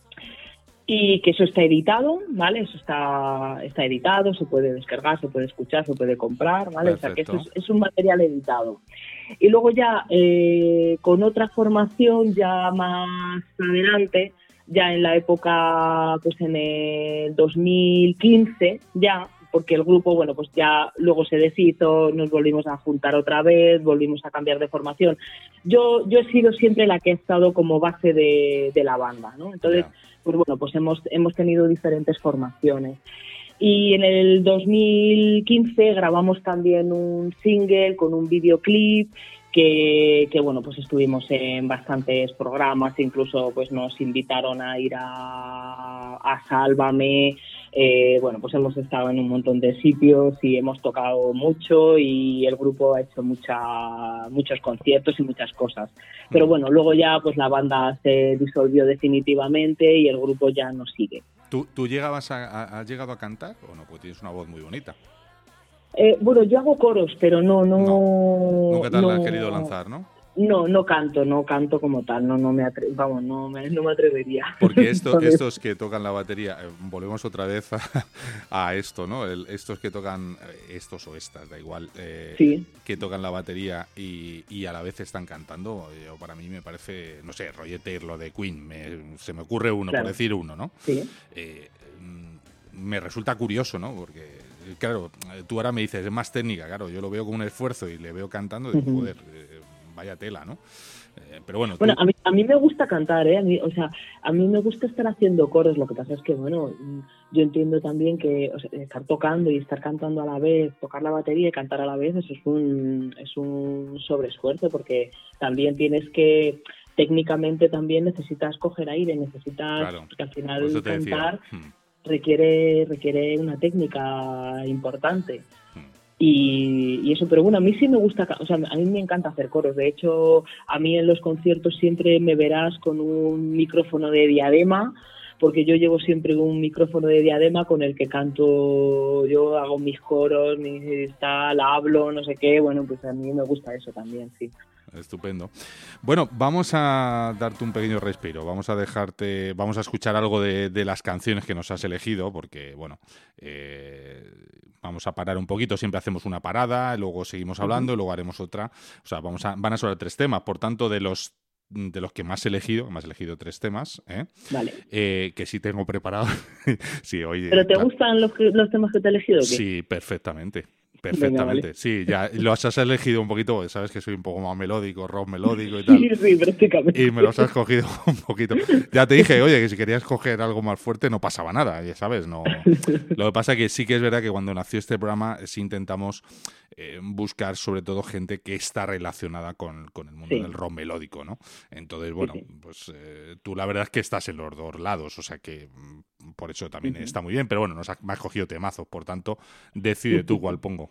Y que eso está editado, ¿vale? Eso está está editado, se puede descargar, se puede escuchar, se puede comprar, ¿vale? Perfecto. O sea que eso es, es un material editado. Y luego ya eh, con otra formación ya más adelante, ya en la época, pues en el dos mil quince ya, porque el grupo, bueno, pues ya luego se deshizo, nos volvimos a juntar otra vez, volvimos a cambiar de formación. Yo yo he sido siempre la que ha estado como base de, de la banda, ¿no? Entonces, yeah. pues bueno, pues hemos hemos tenido diferentes formaciones. Y en el dos mil quince grabamos también un single con un videoclip que, que bueno, pues estuvimos en bastantes programas, incluso pues nos invitaron a ir a, a Sálvame, eh, bueno, pues hemos estado en un montón de sitios y hemos tocado mucho y el grupo ha hecho mucha, muchos conciertos y muchas cosas. Pero bueno, luego ya pues la banda se disolvió definitivamente y el grupo ya no sigue. ¿Tú, tú llegabas a, a, has llegado a cantar o no? Pues tienes una voz muy bonita. Eh, bueno, yo hago coros, pero no... no, no nunca te no, has querido lanzar, ¿no? No, no canto, no canto como tal, no, no me atre- vamos, no me, no me atrevería. Porque esto, estos que tocan la batería, eh, volvemos otra vez a, a esto, ¿no? El, estos que tocan, estos o estas, da igual, eh, sí. que tocan la batería y, y a la vez están cantando, yo, para mí me parece, no sé, Roger Taylor, lo de Queen, me, se me ocurre uno, claro. por decir uno, ¿no? Sí. Eh, me resulta curioso, ¿no? Porque, claro, tú ahora me dices, es más técnica, claro, yo lo veo como un esfuerzo y le veo cantando, digo, uh-huh. joder, eh, vaya tela, ¿no? Eh, pero bueno, bueno tú... a, mí, a mí me gusta cantar, ¿eh? A mí, o sea, a mí me gusta estar haciendo coros, lo que pasa es que, bueno, yo entiendo también que o sea, estar tocando y estar cantando a la vez, tocar la batería y cantar a la vez, eso es un, es un sobreesfuerzo, porque también tienes que... técnicamente también necesitas coger aire, necesitas... Claro, porque al final cantar... Hmm. requiere requiere una técnica importante y, y eso, pero bueno, a mí sí me gusta, o sea, a mí me encanta hacer coros. De hecho, a mí en los conciertos siempre me verás con un micrófono de diadema, porque yo llevo siempre un micrófono de diadema con el que canto, yo hago mis coros, mis tal, hablo, no sé qué, bueno, pues a mí me gusta eso también, sí. Estupendo. Bueno, vamos a darte un pequeño respiro, vamos a dejarte, vamos a escuchar algo de, de las canciones que nos has elegido, porque, bueno, eh, vamos a parar un poquito, siempre hacemos una parada, luego seguimos hablando, uh-huh. luego haremos otra, o sea, vamos a, van a sonar tres temas, por tanto, de los de los que más he elegido, me has elegido tres temas, ¿eh? Vale. Eh, que sí tengo preparado. sí, hoy, ¿Pero te claro. gustan los, los temas que te he elegido o qué? Sí, perfectamente. perfectamente. Venga, vale. Sí, ya los has elegido un poquito, porque sabes que soy un poco más melódico, rock melódico y tal. Sí, sí, prácticamente. Y me los has cogido un poquito. Ya te dije, oye, que si querías coger algo más fuerte no pasaba nada, ya sabes. No. Lo que pasa es que sí que es verdad que cuando nació este programa sí intentamos eh, buscar sobre todo gente que está relacionada con, con el mundo Sí. del rock melódico, ¿no? Entonces, bueno, Sí, sí. pues eh, tú la verdad es que estás en los dos lados, o sea que mm, por eso también Ujú. está muy bien, pero bueno, nos ha, me has cogido temazos, por tanto, decide tú cuál pongo.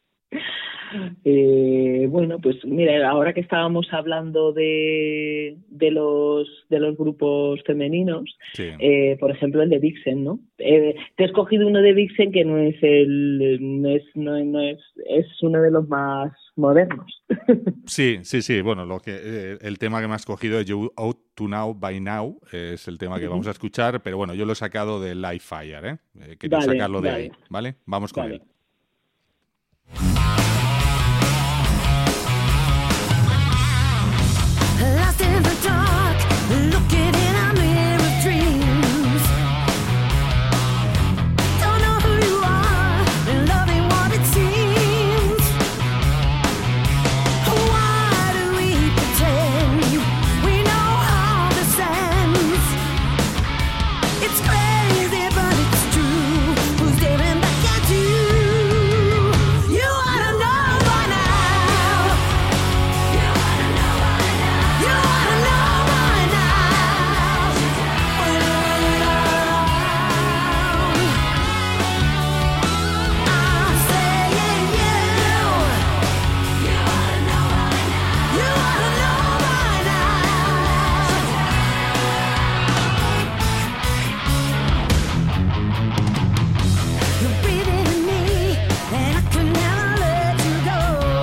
Eh, bueno, pues mira, ahora que estábamos hablando de, de los de los grupos femeninos, Sí. eh, por ejemplo el de Vixen, ¿no? Eh, te he escogido uno de Vixen que no es el no es no, no es es uno de los más modernos. Sí, sí, sí. Bueno, lo que eh, el tema que me has cogido es You Out to Now by Now, eh, es el tema que vamos a escuchar, pero bueno, yo lo he sacado de Live Fire, ¿eh? eh quería Vale, sacarlo de vale, ahí, ¿vale? Vamos con vale. él. Lost in the dark, looking in our mirror dreams. Don't know who you are, and loving what it seems. Why do we pretend we know how this ends? It's crazy, but it's true. Who's staring back at you? You ought to know by now. You ought to know by now. You ought to know by now. When we're around, I'm saying you. You ought to know by now. You ought to know by now. You're breathing in me, and I could never let you go.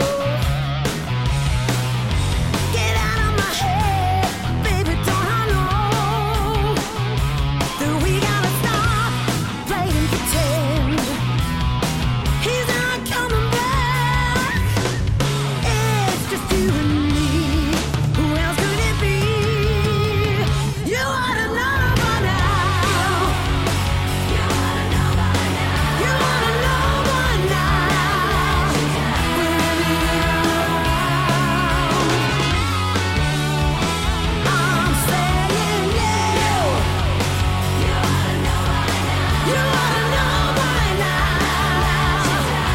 Get out of my head, baby, don't I know that we gotta stop playing pretend. He's not coming back. It's just you and me. Who else could it be? You ought to know by now. You ought to know by now. You ought to know by now. When we're around, I'm saying you. You ought to know by now. You ought to know by now.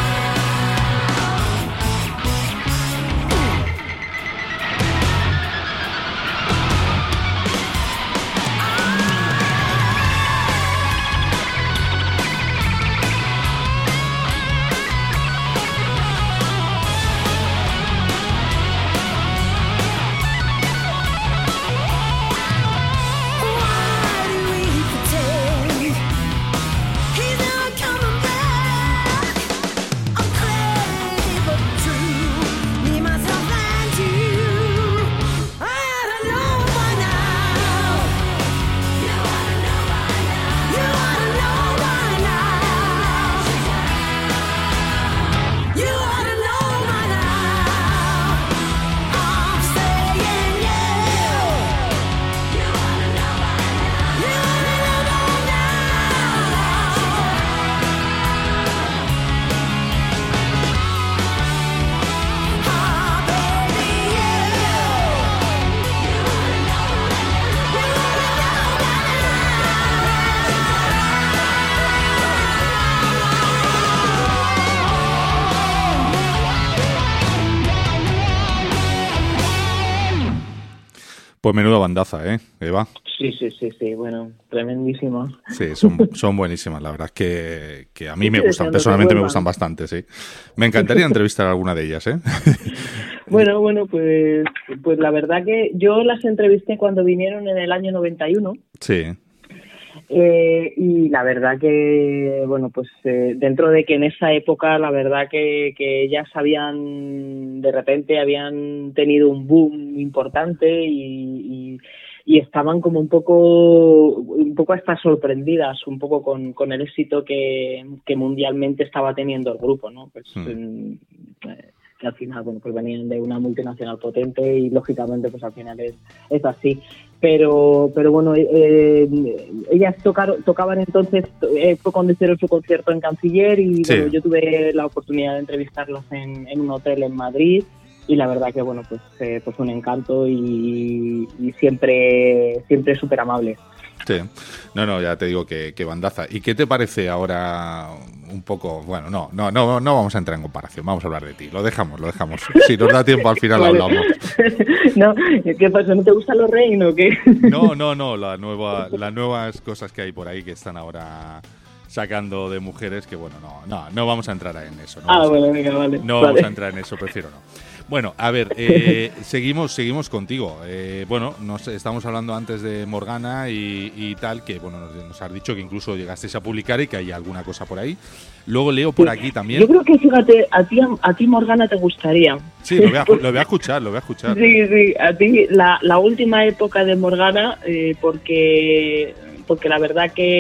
Why do we pretend he's not coming back? I'm crazy but true. Me, myself, and you. I ought to know by now. You ought to know by now. You ought to know by now. You ought to know by now. I'm saying you. You ought to know by now. You ought to know by now. Oh, baby, you. You ought to know by now. You ought to know by Pues menuda bandaza, ¿eh, Eva? Sí, sí, sí, sí, bueno, tremendísimo. Sí, son, son buenísimas. La verdad es que, que a mí me Estoy gustan, deseando que personalmente me vuelvan. gustan bastante, sí. Me encantaría entrevistar a alguna de ellas, ¿eh? Bueno, bueno, pues, pues la verdad que yo las entrevisté cuando vinieron en el año noventa y uno. Sí, Eh, y la verdad que, bueno, pues eh, dentro de que en esa época la verdad que, que ellas habían, de repente habían tenido un boom importante y, y, y estaban como un poco, un poco hasta sorprendidas, un poco con, con el éxito que, que mundialmente estaba teniendo el grupo, ¿no? Pues Hmm. en- eh, que al final, bueno, pues venían de una multinacional potente y lógicamente pues al final es, es así. Pero pero bueno, eh, ellas tocaron, tocaban entonces, eh, fue cuando hicieron su concierto en Canciller y Sí. bueno, yo tuve la oportunidad de entrevistarlas en, en un hotel en Madrid y la verdad que bueno, pues eh, pues un encanto y, y siempre siempre súper amable. Sí, no, no, ya te digo que, que bandaza. ¿Y qué te parece ahora un poco? Bueno, no, no, no, no vamos a entrar en comparación, vamos a hablar de ti. Lo dejamos, lo dejamos. Si nos da tiempo al final Vale. hablamos. No, ¿qué pasa? ¿No te gustan los Rain o qué? No, no, no, la nueva, las nuevas cosas que hay por ahí que están ahora sacando de mujeres, que bueno, no, no, no vamos a entrar en eso. No Ah, vamos a- bueno, venga, vale. No vale. vamos a entrar en eso, prefiero no. Bueno, a ver, eh, seguimos, seguimos contigo. Eh, bueno, nos estamos hablando antes de Morgana y, y tal, que bueno, nos, nos has dicho que incluso llegasteis a publicar y que hay alguna cosa por ahí. Luego leo por aquí también. Yo creo que, fíjate, a ti, a ti Morgana, te gustaría. Sí, lo voy a, lo voy a escuchar, lo voy a escuchar. Sí, sí, a ti la, la última época de Morgana, eh, porque, porque la verdad que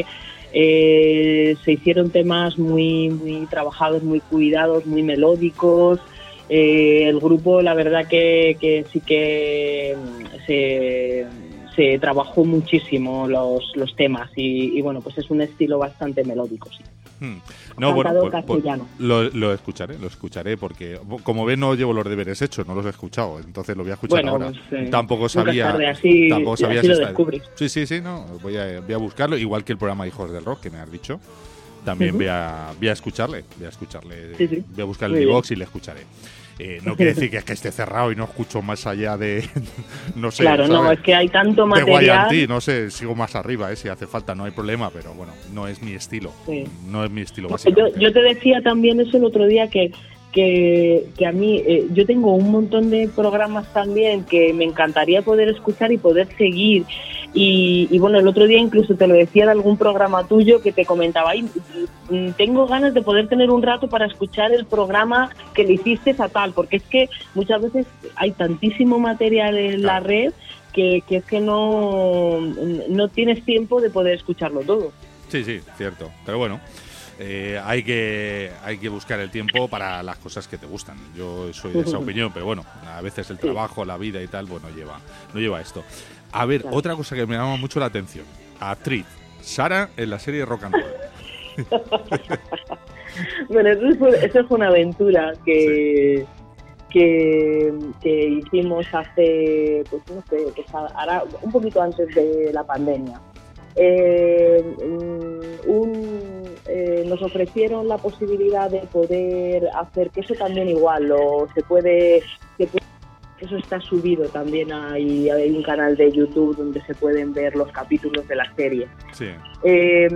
eh, se hicieron temas muy, muy trabajados, muy cuidados, muy melódicos. Eh, el grupo, la verdad que, que sí que mm, se, se trabajó muchísimo los, los temas y, y bueno, pues es un estilo bastante melódico, sí. Hmm. No, bueno, Cantado pues, pues, castellano. lo, lo escucharé, lo escucharé porque como ves no llevo los deberes hechos, no los he escuchado, entonces lo voy a escuchar Bueno, ahora. pues, eh, tampoco nunca sabía, es tarde, así- tampoco sabía así si lo está- descubres. Sí, sí, sí, no, voy a, voy a buscarlo, igual que el programa Hijos del Rock que me has dicho. También Ujú. voy a, voy a escucharle, voy a escucharle, Sí, sí. voy a buscar Muy el bien. iVoox y le escucharé. Eh, no quiere decir que es que esté cerrado y no escucho más allá de, no sé, Claro, no, ¿sabes? es que hay tanto de material. Guayantí, no sé, sigo más arriba, eh, si hace falta, no hay problema, pero bueno, no es mi estilo, Sí. no es mi estilo Yo, básicamente. yo te decía también eso el otro día que, que, que a mí, eh, yo tengo un montón de programas también que me encantaría poder escuchar y poder seguir. Y, y bueno, el otro día incluso te lo decía de algún programa tuyo que te comentaba, "Ay, mm, tengo ganas de poder tener un rato para escuchar el programa que le hiciste a tal", porque es que muchas veces hay tantísimo material en la Claro. red que, que es que no, no tienes tiempo de poder escucharlo todo. Sí, sí, cierto. Pero bueno, eh, hay que hay que buscar el tiempo para las cosas que te gustan. Yo soy de esa opinión, pero bueno, a veces el Sí. trabajo, la vida y tal, bueno, lleva, no lleva esto. A ver, Claro. otra cosa que me llama mucho la atención. Actriz, Sara en la serie Rock and Roll. Bueno, eso fue, eso fue una aventura que, que, que hicimos hace, pues no sé, pues ahora un poquito antes de la pandemia. Eh, mm, un, eh, nos ofrecieron la posibilidad de poder hacer, que eso también igual, lo, se puede... Se puede eso está subido también, hay, hay un canal de YouTube donde se pueden ver los capítulos de la serie. Sí, Eh,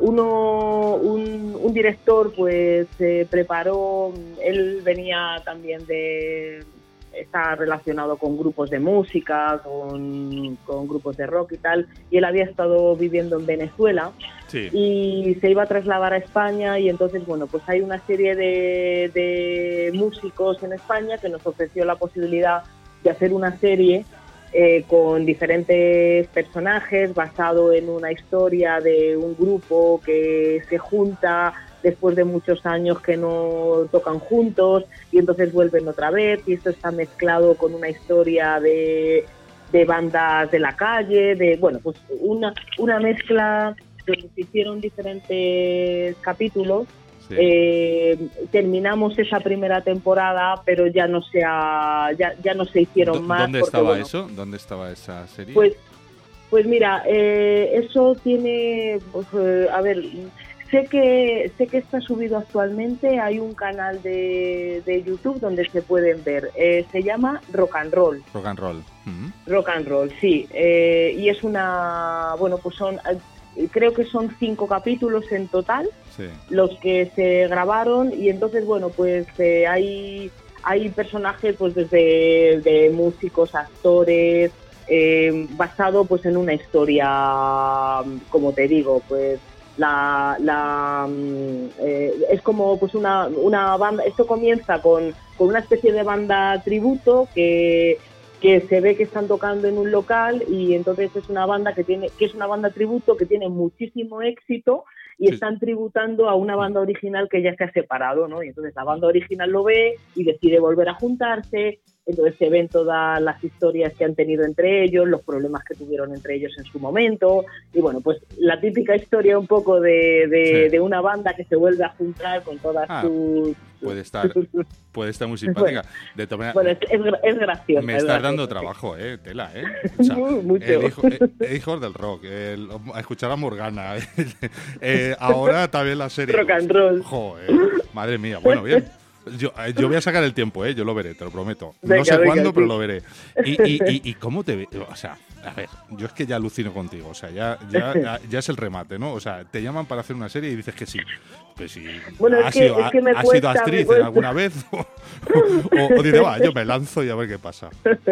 uno, un, un director pues eh, preparó, él venía también de, está relacionado con grupos de música, con, con grupos de rock y tal, y él había estado viviendo en Venezuela sí. y se iba a trasladar a España y entonces, bueno, pues hay una serie de, de músicos en España que nos ofreció la posibilidad de hacer una serie eh, con diferentes personajes basado en una historia de un grupo que se junta después de muchos años que no tocan juntos y entonces vuelven otra vez y esto está mezclado con una historia de, de bandas de la calle, de bueno, pues una, una mezcla donde se hicieron diferentes capítulos. Sí. Eh, terminamos esa primera temporada, pero ya no se ha, ya, ya no se hicieron ¿Dó- más. ¿Dónde porque, estaba bueno, eso? ¿Dónde estaba esa serie? Pues, pues mira, eh, eso tiene, pues, eh, a ver, sé que sé que está subido actualmente. Hay un canal de, de YouTube donde se pueden ver. Eh, se llama Rock and Roll. Rock and Roll. Ujú. Rock and Roll, sí. Eh, y es una, bueno, pues son, eh, creo que son cinco capítulos en total Sí. los que se grabaron y entonces bueno pues eh, hay hay personajes pues desde de músicos, actores, eh, basado pues en una historia, como te digo, pues la, la mm, eh, es como pues una, una banda. Esto comienza con, con una especie de banda tributo que que se ve que están tocando en un local y entonces es una banda que tiene que es una banda tributo que tiene muchísimo éxito y Sí. están tributando a una banda original que ya se ha separado, ¿no? Y entonces la banda original lo ve y decide volver a juntarse, entonces se ven todas las historias que han tenido entre ellos, los problemas que tuvieron entre ellos en su momento, y bueno, pues la típica historia un poco de, de, Sí. de una banda que se vuelve a juntar con todas Ah, sus... Puede estar, puede estar muy simpática. De todas maneras, Bueno, es, es, gra- es graciosa. me es estás dando graciosa, trabajo, eh, tela, eh. O sea, Mucho. el hijo, eh, el hijos del rock, el- a escuchar a Morgana, eh, ahora también la serie. Rock and roll. Joder, madre mía, bueno, bien. Yo, eh, yo voy a sacar el tiempo, eh, yo lo veré, te lo prometo. No Venga, sé venga, cuándo, sí. pero lo veré. Y, y, y, y cómo te ve, o sea, a ver, yo es que ya alucino contigo, o sea, ya, ya, ya es el remate, ¿no? O sea, te llaman para hacer una serie y dices que sí. Pues sí, Bueno, es ¿has, que- sido, es que me has cuesta, sido me actriz cuesta. alguna vez? O, o, o dices, va, yo me lanzo y a ver qué pasa.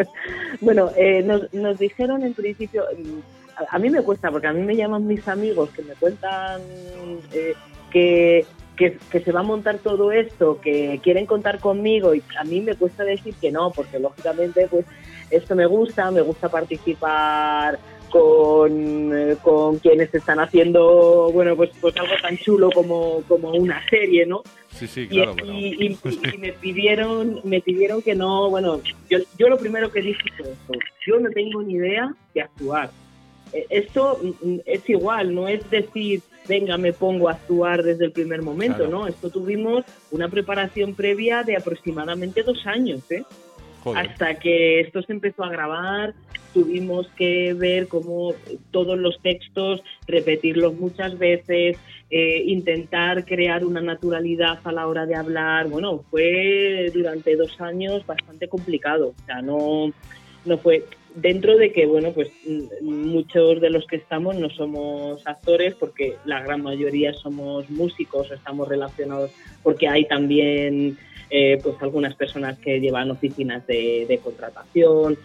Bueno, eh, nos, nos dijeron en principio, mm, a, a mí me cuesta, porque a mí me llaman mis amigos que me cuentan eh, que, que, que se va a montar todo esto, que quieren contar conmigo, y a mí me cuesta decir que no, porque lógicamente pues esto me gusta, me gusta participar con, eh, con quienes están haciendo, bueno, pues, pues algo tan chulo como, como una serie, ¿no? Sí, sí, Y, claro, pero... y- y- y me pidieron me pidieron que no, bueno, yo, yo lo primero que dije fue esto: yo no tengo ni idea de actuar. Eh, Esto mm, mm, es igual, no es decir, venga, me pongo a actuar desde el primer momento, Claro. ¿no? Esto tuvimos una preparación previa de aproximadamente dos años, ¿eh? Joder. Hasta que esto se empezó a grabar, tuvimos que ver cómo todos los textos, repetirlos muchas veces, eh, intentar crear una naturalidad a la hora de hablar. Bueno, fue durante dos años bastante complicado. O sea, no, no fue... Dentro de que, bueno, pues m- muchos de los que estamos no somos actores, porque la gran mayoría somos músicos, estamos relacionados, porque hay también eh, pues algunas personas que llevan oficinas de, de contratación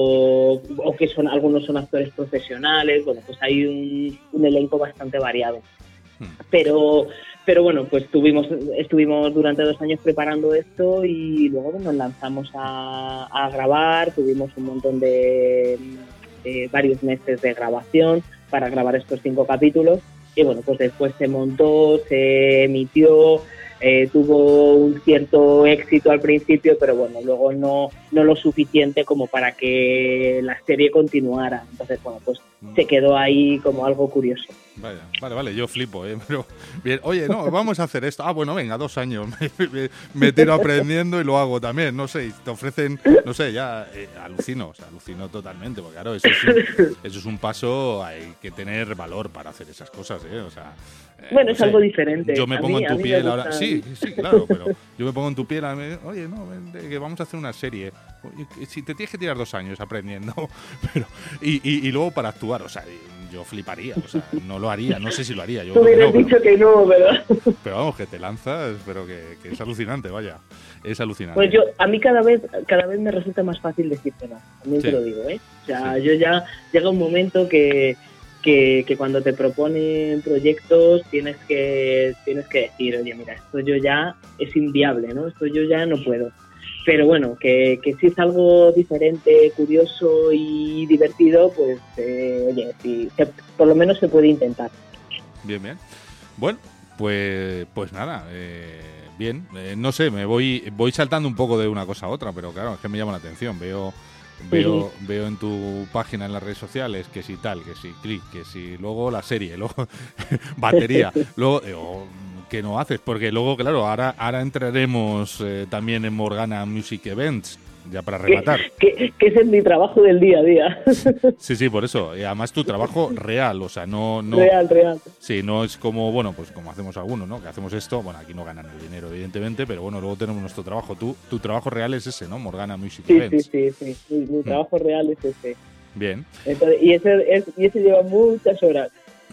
o, o que son algunos son actores profesionales. Bueno, pues hay un, un elenco bastante variado. Hmm. Pero, pero bueno, pues tuvimos, estuvimos durante dos años preparando esto y luego nos lanzamos a, a grabar. Tuvimos un montón de, de varios meses de grabación para grabar estos cinco capítulos y bueno, pues después se montó, se emitió, eh, tuvo un cierto éxito al principio, pero bueno, luego no, no lo suficiente como para que la serie continuara. Entonces, bueno, pues se quedó ahí como algo curioso. Vaya, vale, vale, yo flipo, ¿eh? Pero, bien, oye, no, vamos a hacer esto. Ah, bueno, venga, dos años. Me, me- me tiro aprendiendo y lo hago también. No sé, y te ofrecen, no sé, ya eh, alucino, o sea, alucino totalmente. Porque claro, eso es, un, eso es un paso, hay que tener valor para hacer esas cosas, ¿eh? O sea, eh, Bueno, no es sé, algo diferente. Yo me A pongo mí- en a tu mí me piel ahora. gustan. Sí, sí, claro, pero yo me pongo en tu piel. a mí, Oye, no, vente, que vamos a hacer una serie. Oye, que si te tienes que tirar dos años aprendiendo, pero y, y, y luego para actuar, o sea, yo fliparía, o sea, no lo haría, no sé si lo haría. Yo Tú creo que hubieras no, dicho que no, ¿verdad? pero, pero vamos, que te lanzas, pero que, que es alucinante, vaya, es alucinante. Pues yo, a mí cada vez, cada vez me resulta más fácil decir que no. También Sí. te lo digo, ¿eh? O sea, Sí. yo ya llega un momento que, que, que cuando te proponen proyectos tienes que, tienes que decir, oye, mira, esto yo ya es inviable, ¿no? Esto yo ya no puedo. Pero bueno, que, que si es algo diferente, curioso y divertido, pues, eh, oye, sí, se- por lo menos se puede intentar. Bien, bien. Bueno, pues, pues nada, eh, bien, eh, no sé, me voy, voy saltando un poco de una cosa a otra, pero claro, es que me llama la atención, veo... Veo, veo en tu página en las redes sociales que si tal, que si clic, que si luego la serie, luego batería, luego eh, o, que no haces, porque luego, claro, ahora, ahora entraremos eh, también en Morgana Music Events, ya para Que, rematar. que, que ese es mi trabajo del día a día. Sí, sí, por eso. Y además tu trabajo real, o sea, no, no, Real, real. sí, no es como, bueno, pues como hacemos algunos, ¿no? Que hacemos esto, bueno, aquí no ganan el dinero, evidentemente, pero bueno, luego tenemos nuestro trabajo. Tú, tu trabajo real es ese, ¿no? Morgana Music Sí, sí, Events. sí, sí. Mi, mi trabajo real es ese. Bien. Entonces, y, ese, es, y ese lleva muchas horas.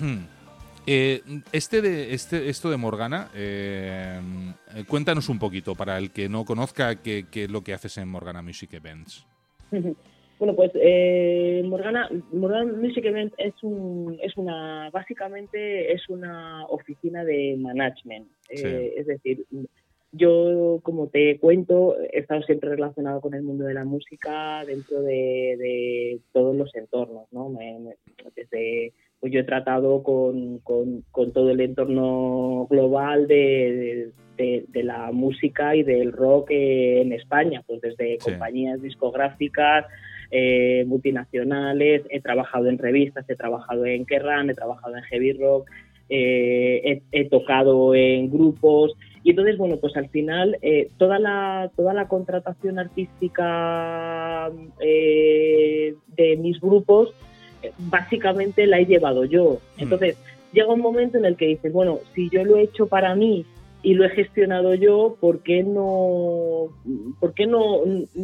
Eh, este de este esto de Morgana, eh, eh, cuéntanos un poquito para el que no conozca qué, qué es lo que haces en Morgana Music Events. Bueno, pues eh, Morgana, Morgana Music Event es un, es una, básicamente es una oficina de management. Sí. Eh, es decir, yo, como te cuento, he estado siempre relacionado con el mundo de la música dentro de, de todos los entornos, ¿no? Me, me- desde pues yo he tratado con, con, con todo el entorno global de, de, de la música y del rock en España, pues desde Sí. compañías discográficas, eh, multinacionales, he trabajado en revistas, he trabajado en Kerrang, he trabajado en Heavy Rock, eh, he, he tocado en grupos, y entonces, bueno, pues al final eh, toda la toda la contratación artística eh, de mis grupos eh, básicamente la he llevado yo. Entonces, mm. llega un momento en el que dices, bueno, si yo lo he hecho para mí y lo he gestionado yo, ¿por qué no, por qué no,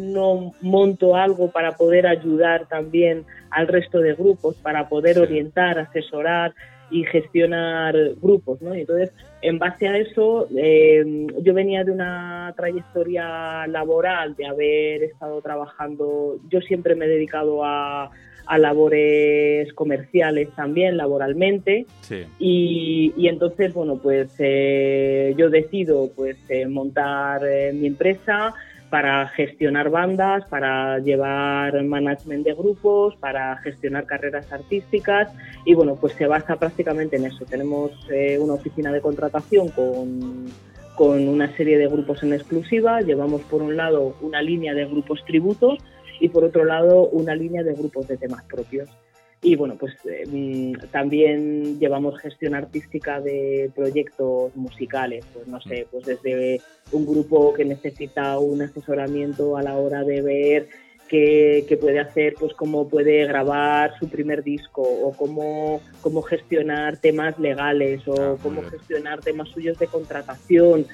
no monto algo para poder ayudar también al resto de grupos, para poder sí. orientar, asesorar y gestionar grupos, ¿no? Y entonces, en base a eso, eh, yo venía de una trayectoria laboral, de haber estado trabajando, yo siempre me he dedicado a, a labores comerciales también, laboralmente, sí. y, y entonces, bueno, pues eh, yo decido pues eh, montar eh, mi empresa para gestionar bandas, para llevar management de grupos, para gestionar carreras artísticas, y bueno, pues se basa prácticamente en eso. Tenemos eh, una oficina de contratación con, con una serie de grupos en exclusiva. Llevamos por un lado una línea de grupos tributos y por otro lado una línea de grupos de temas propios. Y bueno, pues eh, también llevamos gestión artística de proyectos musicales, pues no sé, pues desde un grupo que necesita un asesoramiento a la hora de ver qué, qué puede hacer, pues cómo puede grabar su primer disco, o cómo, cómo gestionar temas legales, o ah, cómo gestionar temas suyos de contratación,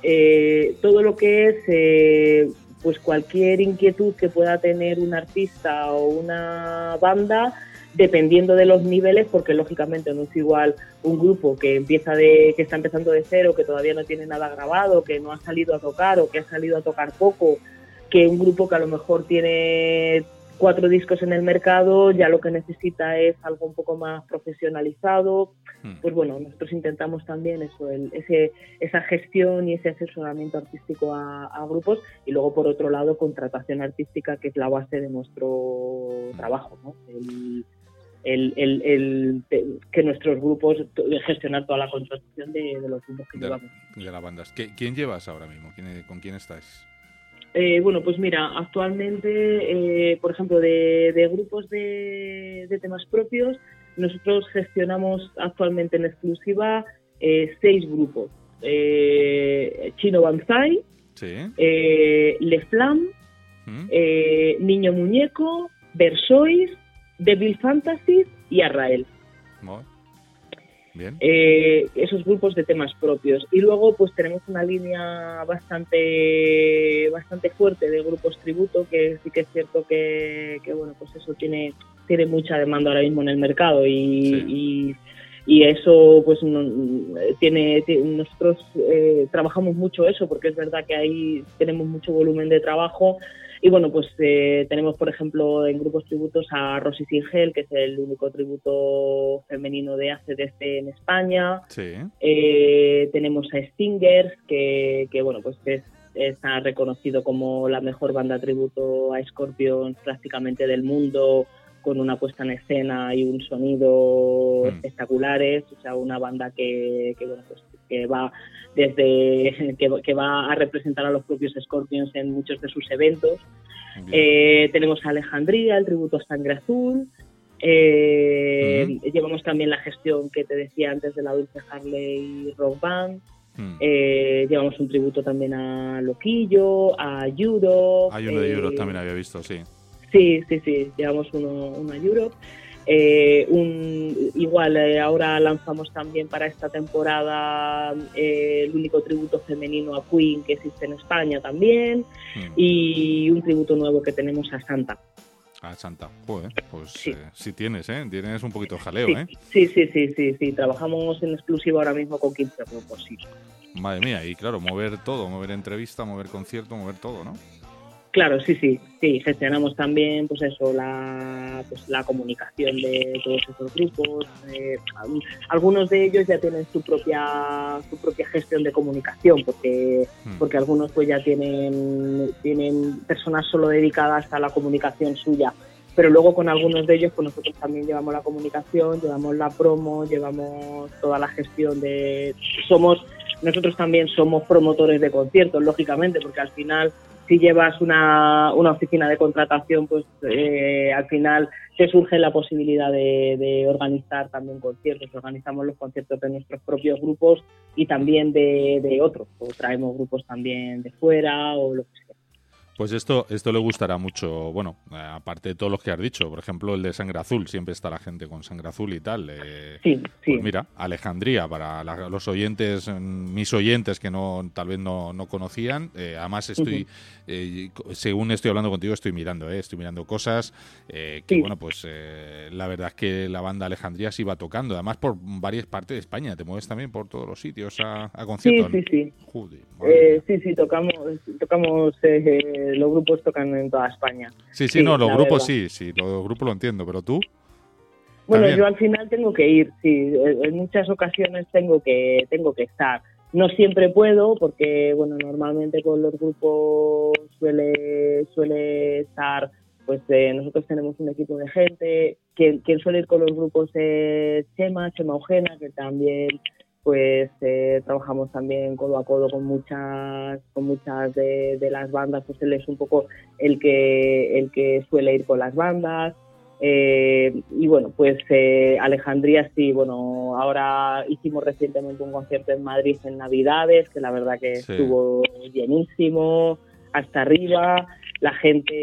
eh, todo lo que es... Eh, pues cualquier inquietud que pueda tener un artista o una banda, dependiendo de los niveles, porque lógicamente no es igual un grupo que empieza de que está empezando de cero, que todavía no tiene nada grabado, que no ha salido a tocar o que ha salido a tocar poco, que un grupo que a lo mejor tiene cuatro discos en el mercado, ya lo que necesita es algo un poco más profesionalizado. Hmm. Pues bueno, nosotros intentamos también eso, el, ese, esa gestión y ese asesoramiento artístico a, a grupos, y luego por otro lado contratación artística, que es la base de nuestro trabajo, ¿no? El, El, el, el, el, que nuestros grupos gestionar toda la contratación de, de los grupos que de, llevamos. De las bandas. ¿Quién llevas ahora mismo? ¿Quién, ¿Con quién estáis? Eh, bueno, pues mira, actualmente, eh, por ejemplo, de, de grupos de, de temas propios, nosotros gestionamos actualmente en exclusiva eh, seis grupos. Eh, Chino Banzai, sí. eh, Le Flam, ¿Mm? eh, Niño Muñeco, Versois, Devil Fantasy y Arrael. Bueno, bien. Eh, esos grupos de temas propios. Y luego pues tenemos una línea bastante bastante fuerte de grupos tributo, que sí que es cierto que, que bueno, pues eso tiene tiene mucha demanda ahora mismo en el mercado, y, sí. y, y eso pues no, tiene, tiene nosotros eh, trabajamos mucho eso, porque es verdad que ahí tenemos mucho volumen de trabajo. Y bueno, pues eh, tenemos, por ejemplo, en grupos tributos a Rosy Singel, que es el único tributo femenino de A C D C en España. Sí. Eh, tenemos a Stingers, que, que bueno, pues es, está reconocido como la mejor banda tributo a Scorpions prácticamente del mundo, con una puesta en escena y un sonido mm. espectaculares. O sea, una banda que, que bueno, pues que va desde que, que va a representar a los propios Scorpions en muchos de sus eventos. Eh, tenemos a Alejandría, el tributo a Sangre Azul. Eh, uh-huh. Llevamos también la gestión que te decía antes de la Dulce Harley Rock Band. Uh-huh. Eh, llevamos un tributo también a Loquillo, a Europe. Hay uno de Europe, eh, también había visto, sí. Sí, sí, sí, llevamos uno, uno a Europe. Eh, un, igual eh, ahora lanzamos también para esta temporada eh, el único tributo femenino a Queen que existe en España también, mm. y un tributo nuevo que tenemos a Santa. A Santa, joder, pues sí, eh, sí tienes, ¿eh? Tienes un poquito de jaleo, sí, ¿eh? Sí, sí, sí, sí, sí, trabajamos en exclusiva ahora mismo con quince grupos, sí. Madre mía, y claro, mover todo, mover entrevista, mover concierto, mover todo, ¿no? Claro, sí, sí, sí, gestionamos también, pues eso, la, pues la comunicación de todos esos grupos. Eh, algunos de ellos ya tienen su propia, su propia gestión de comunicación, porque, hmm. porque algunos pues ya tienen, tienen personas solo dedicadas a la comunicación suya, pero luego con algunos de ellos pues nosotros también llevamos la comunicación, llevamos la promo, llevamos toda la gestión de... somos Nosotros también somos promotores de conciertos, lógicamente, porque al final si llevas una, una oficina de contratación, pues eh, al final te surge la posibilidad de, de organizar también conciertos. Organizamos los conciertos de nuestros propios grupos y también de, de otros, o traemos grupos también de fuera o lo que sea. Pues esto, esto le gustará mucho, bueno, eh, aparte de todos los que has dicho, por ejemplo el de Sangre Azul, siempre está la gente con Sangre Azul y tal. Eh, sí, sí. Pues mira, Alejandría, para la, los oyentes, mis oyentes que no tal vez no, no conocían, eh, además estoy, uh-huh. eh, según estoy hablando contigo, estoy mirando, eh, estoy mirando cosas, eh, que sí. bueno, pues eh, la verdad es que la banda Alejandría se iba tocando, además por varias partes de España, te mueves también por todos los sitios a, a conciertos. Sí, sí, sí. Joder, eh, sí, sí, tocamos, tocamos eh, los grupos tocan en toda España. Sí, sí, sí no, los grupos verdad. sí, sí, los grupos lo entiendo, pero tú... Bueno, ¿también? Yo al final tengo que ir, sí, en muchas ocasiones tengo que tengo que estar. No siempre puedo porque, bueno, normalmente con los grupos suele suele estar, pues eh, nosotros tenemos un equipo de gente, quien, quien suele ir con los grupos es Chema, Chema Eugena, que también... pues eh, trabajamos también codo a codo con muchas con muchas de, de las bandas, pues él es un poco el que el que suele ir con las bandas, eh, y bueno, pues eh, Alejandría sí, bueno, ahora hicimos recientemente un concierto en Madrid en Navidades, que la verdad que sí. estuvo llenísimo, hasta arriba, la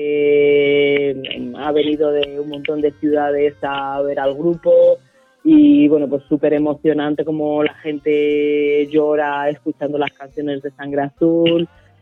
gente ha venido de un montón de ciudades a ver al grupo. Y bueno, pues súper emocionante como la gente llora escuchando las canciones de Sangre Azul,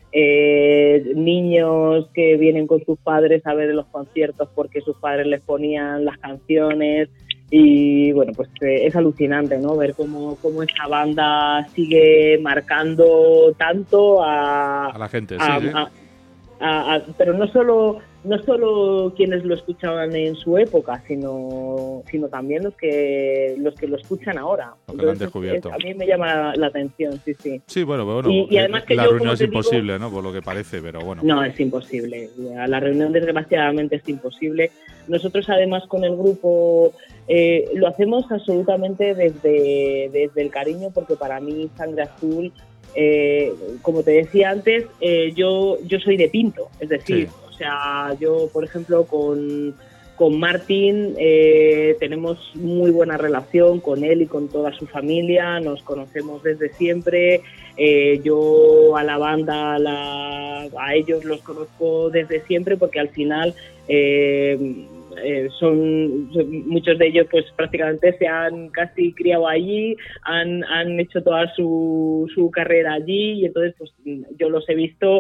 eh, niños que vienen con sus padres a ver los conciertos porque sus padres les ponían las canciones y bueno, pues eh, es alucinante, ¿no? Ver cómo, cómo esa banda sigue marcando tanto a, a la gente, a, sí, a, sí. A, a, pero no solo no solo quienes lo escuchaban en su época, sino sino también los que los que lo escuchan ahora. Lo que lo han descubierto. Es, a mí me llama la, la atención, sí, sí. Sí, bueno, bueno. Y, y además que la yo, reunión es imposible, digo, ¿no? Por lo que parece, pero bueno. No, es imposible. La reunión desgraciadamente es imposible. Nosotros además con el grupo eh, lo hacemos absolutamente desde desde el cariño, porque para mí Sangre Azul, Eh, como te decía antes, eh, yo yo soy de Pinto, es decir, sí. o sea, yo por ejemplo con, con Martín eh, tenemos muy buena relación con él y con toda su familia, nos conocemos desde siempre, eh, yo a la banda, a, la, a ellos los conozco desde siempre porque al final... Eh, Eh, son, son muchos de ellos pues prácticamente se han casi criado allí, han, han hecho toda su, su carrera allí y entonces pues yo los he visto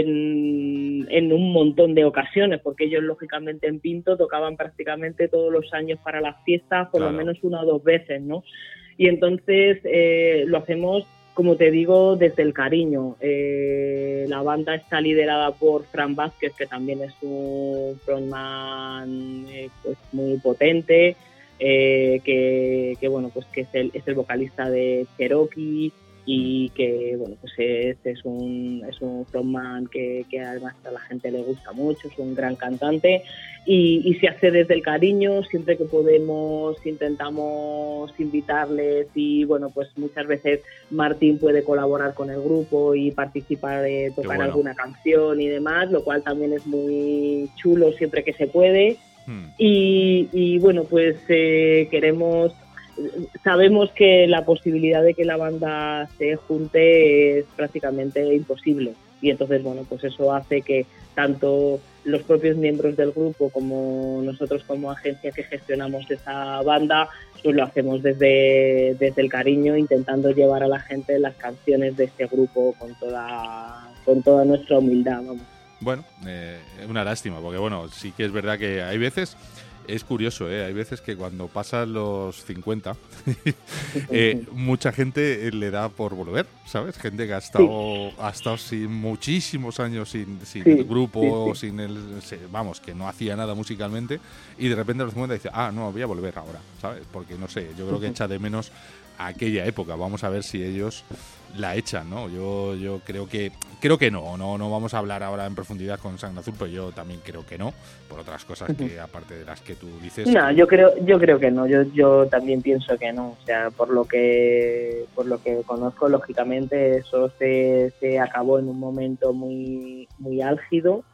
en, en un montón de ocasiones porque ellos lógicamente en Pinto tocaban prácticamente todos los años para las fiestas por claro. lo menos una o dos veces, ¿no? Y entonces eh, lo hacemos, como te digo, desde el cariño. Eh, la banda está liderada por Fran Vázquez, que también es un frontman eh, pues muy potente, eh, que, que bueno, pues que es el, es el vocalista de Cherokee y que bueno, pues este es un es un frontman que, que además a la gente le gusta mucho, es un gran cantante y, y se hace desde el cariño, siempre que podemos intentamos invitarles y bueno, pues muchas veces Martín puede colaborar con el grupo y participar de tocar bueno. alguna canción y demás, lo cual también es muy chulo siempre que se puede. Hmm. Y, y bueno, pues eh, queremos sabemos que la posibilidad de que la banda se junte es prácticamente imposible y entonces bueno, pues eso hace que tanto los propios miembros del grupo como nosotros como agencia que gestionamos esa banda pues lo hacemos desde, desde el cariño, intentando llevar a la gente las canciones de este grupo con toda, con toda nuestra humildad, vamos. Bueno, eh, una lástima, porque bueno, sí que es verdad que hay veces... Es curioso, ¿eh? Hay veces que cuando pasan los cincuenta, eh, mucha gente le da por volver, ¿sabes? Gente que ha estado, sí. ha estado sin muchísimos años sin, sin sí, el grupo, sí, sí. sin el, vamos, que no hacía nada musicalmente, y de repente a los cincuenta dice, ah, no, voy a volver ahora, ¿sabes? Porque, no sé, yo creo que echa de menos a aquella época. Vamos a ver si ellos la echan, ¿no? Yo yo creo que creo que no, no no vamos a hablar ahora en profundidad con Sangre Azul, pero yo también creo que no, por otras cosas que aparte de las que tú dices. No, que... yo creo, yo creo que no. Yo, yo también pienso que no. O sea, por lo que, por lo que conozco, lógicamente eso se, se acabó en un momento muy, muy álgido.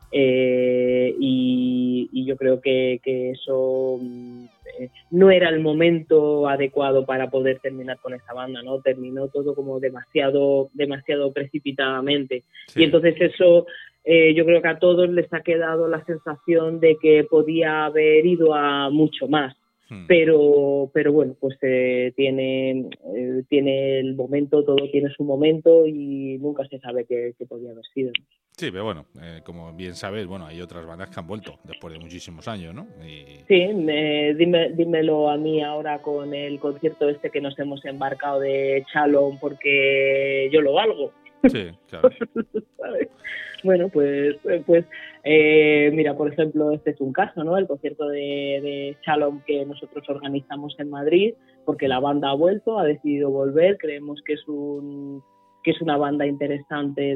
Eh, y, y yo creo que, que eso eh, no era el momento adecuado para poder terminar con esa banda, ¿no? Terminó todo como demasiado, demasiado precipitadamente. Sí. Y entonces eso eh, yo creo que a todos les ha quedado la sensación de que podía haber ido a mucho más. Hmm. Pero, pero bueno, pues eh, tiene, eh, tiene el momento, todo tiene su momento y nunca se sabe qué, qué podía haber sido. Sí, pero bueno, eh, como bien sabes, bueno, hay otras bandas que han vuelto después de muchísimos años, ¿no? Y... Sí, me, dime, dímelo a mí ahora con el concierto este que nos hemos embarcado de Shalom, porque yo lo valgo. Sí, claro. ¿Sabes? Bueno, pues, pues eh, mira, por ejemplo, este es un caso, ¿no? El concierto de, de Shalom que nosotros organizamos en Madrid, porque la banda ha vuelto, ha decidido volver, creemos que es un que es una banda interesante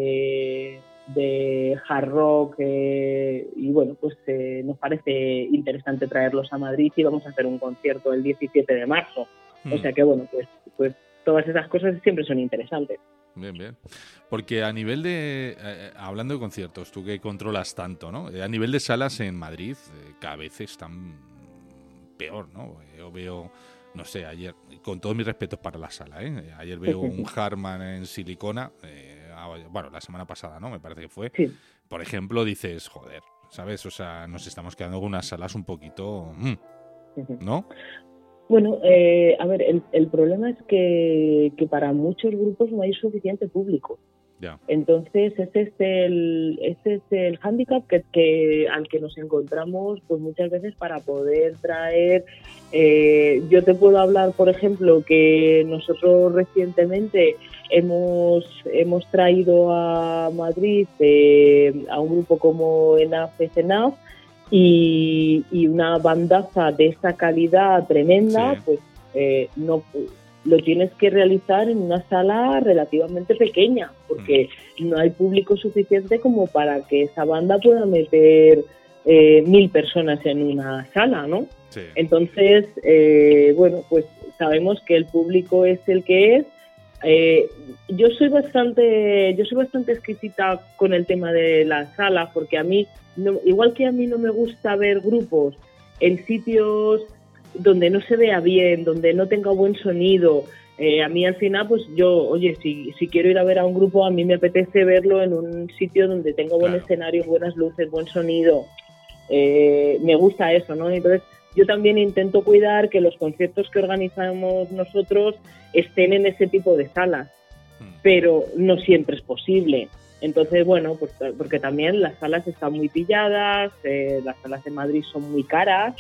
de, de hard rock eh, y bueno, pues eh, nos parece interesante traerlos a Madrid y vamos a hacer un concierto el diecisiete de marzo. Hmm. O sea que bueno, pues, pues todas esas cosas siempre son interesantes. Bien, bien. Porque a nivel de, eh, hablando de conciertos, tú que controlas tanto, ¿no? Eh, a nivel de salas en Madrid, eh, cada vez están peor, ¿no? Yo veo, no sé, ayer, con todos mis respetos para la sala, ¿eh? Ayer veo un Harman en Silicona, eh, bueno, la semana pasada, ¿no? Me parece que fue. Sí. Por ejemplo, dices, joder, ¿sabes? O sea, nos estamos quedando con unas salas un poquito, mm, ¿no? Bueno, eh, a ver, el, el problema es que, que para muchos grupos no hay suficiente público. Ya. Entonces, ese es el, ese es el hándicap que, que, al que nos encontramos pues muchas veces para poder traer... Eh, yo te puedo hablar, por ejemplo, que nosotros recientemente hemos, hemos traído a Madrid eh, a un grupo como Enough is Enough, Y, y una bandaza de esa calidad tremenda, Sí. pues eh, no lo tienes que realizar en una sala relativamente pequeña, porque no hay público suficiente como para que esa banda pueda meter eh, mil personas en una sala, ¿no? Sí. Entonces, eh, bueno, pues sabemos que el público es el que es. Eh, yo soy bastante, yo soy bastante exquisita con el tema de la sala, porque a mí, no, igual que a mí no me gusta ver grupos en sitios donde no se vea bien, donde no tenga buen sonido. Eh, a mí al final, pues yo, oye, si, si quiero ir a ver a un grupo, a mí me apetece verlo en un sitio donde tenga buen Claro. escenario, buenas luces, buen sonido. Eh, me gusta eso, ¿no? Entonces, yo también intento cuidar que los conciertos que organizamos nosotros estén en ese tipo de salas, pero no siempre es posible. Entonces, bueno, pues porque también las salas están muy pilladas, eh, las salas de Madrid son muy caras,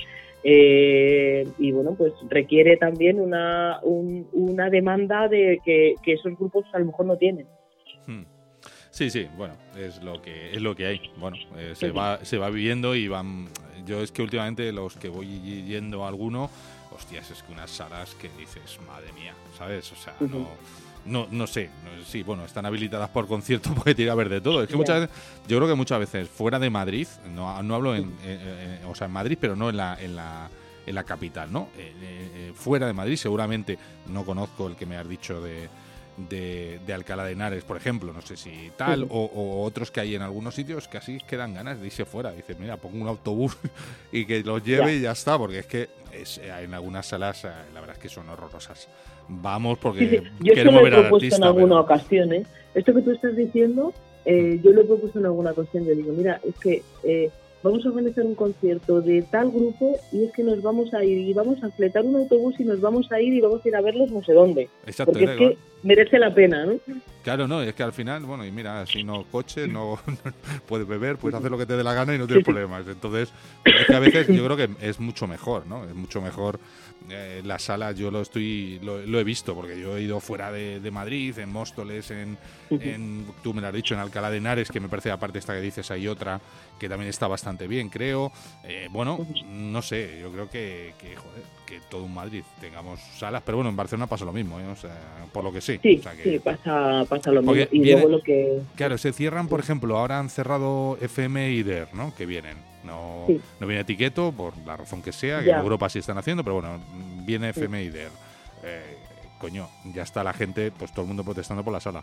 eh, y bueno, pues requiere también una, un, una demanda de que, que esos grupos a lo mejor no tienen. Hmm. Sí, sí, bueno, es lo que es lo que hay. Bueno, eh, se Sí. va se va viviendo y van. Yo es que últimamente los que voy yendo a alguno, hostias, es que unas salas que dices, madre mía, ¿sabes? O sea, Ujú. no, no, no sé, no- sí, bueno, están habilitadas por concierto porque tiene que haber de todo. Es que Ya. muchas veces, yo creo que muchas veces fuera de Madrid, no, no hablo en, en- en- o sea, en Madrid, pero no en la, en la, en la capital, ¿no? Eh, eh, fuera de Madrid, seguramente no conozco el que me has dicho de de, de Alcalá de Henares, por ejemplo, no sé si tal, Ujú. o, o otros que hay en algunos sitios que así es que dan ganas de irse fuera. Dices, mira, pongo un autobús y que los lleve Ya. y ya está, porque es que es, en algunas salas, eh, la verdad es que son horrorosas. Vamos Sí, porque sí. Yo esto queremos lo he ver al propuesto en artista. alguna pero- ocasión, ¿eh? Esto que tú estás diciendo, eh, yo lo he propuesto en alguna ocasión. Yo digo, mira, es que eh, vamos a organizar un concierto de tal grupo y es que nos vamos a ir y vamos a fletar un autobús y nos vamos a ir y vamos a ir a verlos no sé dónde. Exacto, Porque da es igual. que merece la pena, ¿no? Claro, no, es que al final, bueno, y mira, si no coche, no puedes beber, puedes hacer lo que te dé la gana y no tienes problemas. Entonces, es que a veces yo creo que es mucho mejor, ¿no? Es mucho mejor eh, la sala, yo lo estoy lo, lo he visto, porque yo he ido fuera de, de Madrid, en Móstoles, en, en, tú me lo has dicho, en Alcalá de Henares, que me parece, aparte esta que dices, hay otra que también está bastante bien, creo. Eh, bueno, no sé, yo creo que, que, joder, que todo un Madrid tengamos salas, pero bueno, en Barcelona pasa lo mismo, ¿eh? O sea, por lo que sí. Sí, o sea que, sí, pasa, pasa lo porque mismo. Y viene- luego lo que... Claro, se cierran, por ejemplo, ahora han cerrado F M y D E R, ¿no? Que vienen. No, Sí. no viene Etiqueto, por la razón que sea, que Ya. en Europa sí están haciendo, pero bueno, viene F M y D E R. Eh, coño, ya está la gente, pues todo el mundo protestando por la sala.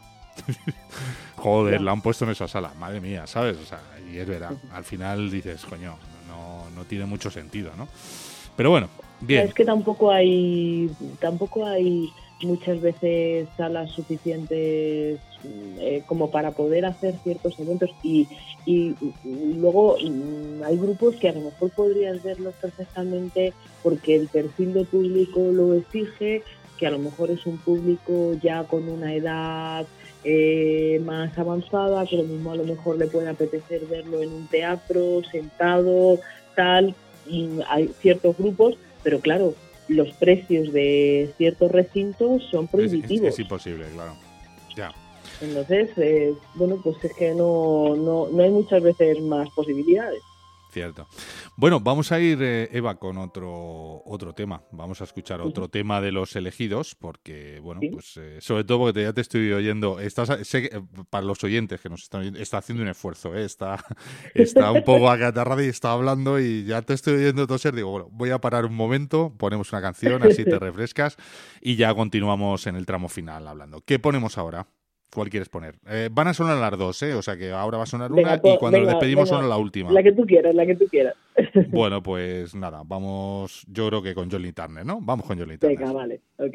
Joder, Ya. la han puesto en esa sala, madre mía, ¿sabes? O sea, y es verdad, al final dices, coño, no, no tiene mucho sentido, ¿no? Pero bueno, bien. Es que tampoco hay, tampoco hay muchas veces salas suficientes eh, como para poder hacer ciertos eventos y, y, y luego mm, hay grupos que a lo mejor podrías verlos perfectamente porque el perfil de público lo exige, que a lo mejor es un público ya con una edad eh, más avanzada, que lo mismo a lo mejor le puede apetecer verlo en un teatro, sentado, tal. Y hay ciertos grupos, pero claro, los precios de ciertos recintos son Es, es- prohibitivos. es imposible, claro. Ya. Entonces, eh, bueno, pues es que no, no, no hay muchas veces más posibilidades. Cierto. Bueno, vamos a ir, eh, Eva, con otro otro tema. Vamos a escuchar otro Ujú. tema de los elegidos, porque, bueno, Sí. pues eh, sobre todo porque te- ya te estoy oyendo. Estás, a- sé que, eh, para los oyentes que nos están oyendo, está haciendo un esfuerzo, ¿eh? Está, está un poco acatarrada y está hablando y ya te estoy oyendo toser. Digo, bueno, voy a parar un momento, ponemos una canción, así te refrescas y ya continuamos en el tramo final hablando. ¿Qué ponemos ahora? ¿Cuál quieres poner? Eh, van a sonar las dos, ¿eh? O sea que ahora va a sonar Venga, una po- y cuando nos venga, despedimos venga. suena la última. La que tú quieras, la que tú quieras. Bueno, pues nada, vamos, yo creo que con Johnny Turner, ¿no? Vamos con Johnny Turner. Venga, vale, ok.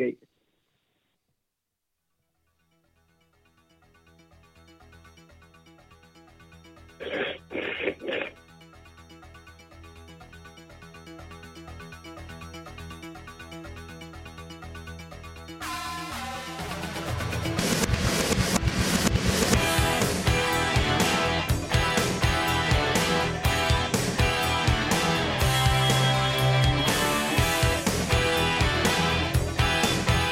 Thank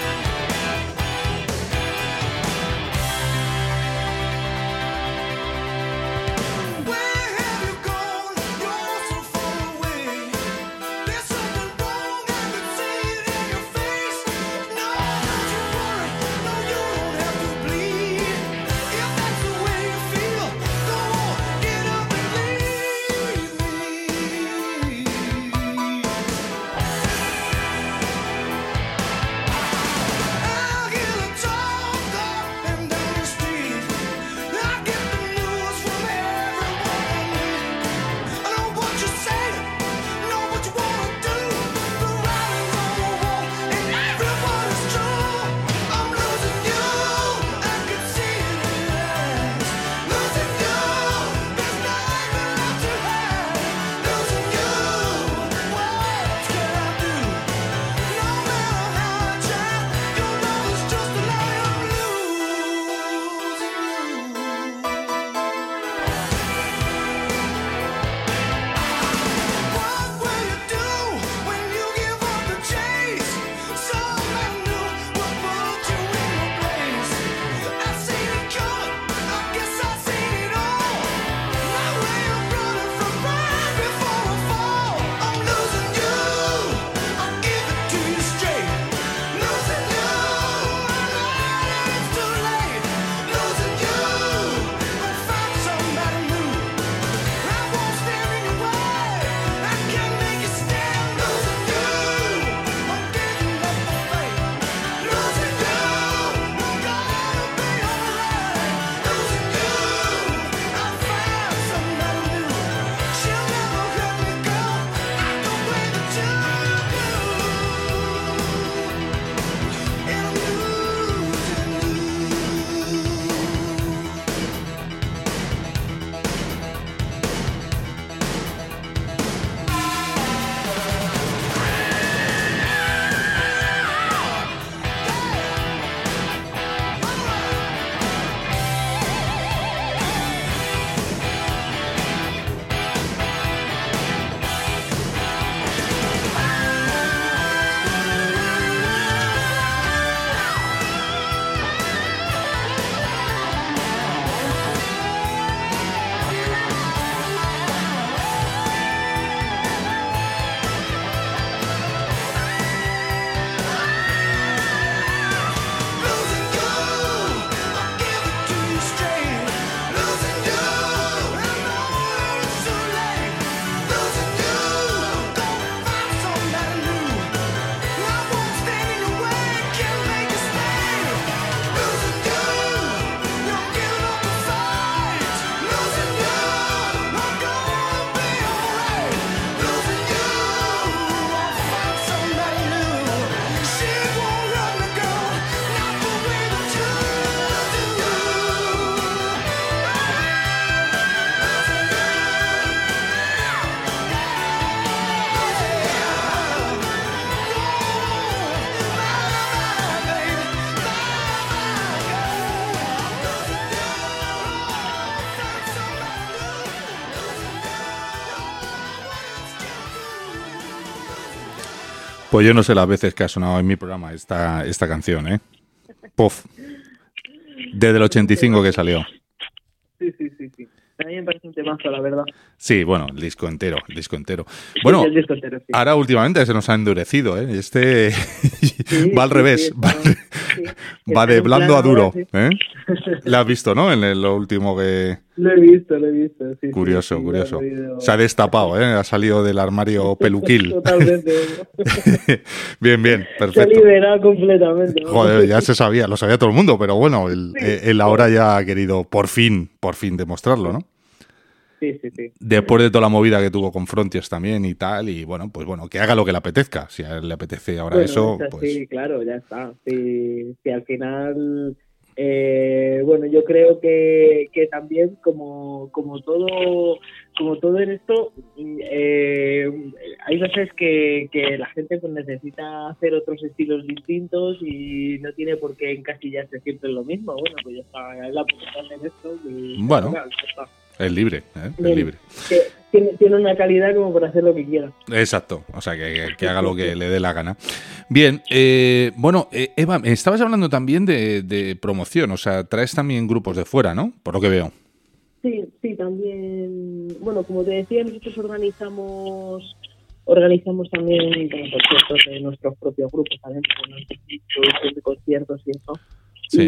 Pues yo no sé las veces que ha sonado en mi programa esta, esta canción, ¿eh? Puf. Desde el ochenta y cinco que salió. Sí, sí, sí, sí. A mí me parece un temazo, la verdad. Sí, bueno, el disco entero, el disco entero. Bueno, Sí, el disco entero, sí. ahora últimamente se nos ha endurecido, ¿eh? Este Sí, va al sí, revés, sí, va, está- sí. va Está de en blando plan a duro, ahora, sí. ¿eh? ¿Lo has visto, no? En el- lo último que... Lo he visto, lo he visto. Sí, sí, Curioso, sí, curioso. lo he oído. Se ha destapado, ¿eh? Ha salido del armario peluquil. Totalmente. Bien, bien, Se ha perfecto. liberado completamente. ¿no? Joder, ya se sabía, lo sabía todo el mundo, pero bueno, él, él ahora ya ha querido por fin, por fin demostrarlo, ¿no? Sí, sí, sí. Después de toda la movida que tuvo con Frontiers también y tal, y bueno, pues bueno, que haga lo que le apetezca. Si a él le apetece ahora Bueno, eso, es así, pues... claro, ya está. Si, si al final, eh, bueno, yo creo que, que también como, como todo como todo en esto, eh, hay veces que, que la gente pues necesita hacer otros estilos distintos y no tiene por qué encasillarse siempre en lo mismo. Bueno, pues ya está, es la oportunidad en esto. Y, Bueno. ya está. Es libre, ¿eh? Es Bien. libre. Que tiene, tiene una calidad como para hacer lo que quiera. Exacto, o sea, que, que- que haga lo que le dé la gana. Bien, eh, bueno, eh, Eva, me estabas hablando también de, de promoción, o sea, traes también grupos de fuera, ¿no? Por lo que veo. Sí, sí, también. Bueno, como te decía, nosotros organizamos organizamos también bueno, conciertos de nuestros propios grupos, también de conciertos y eso. Sí.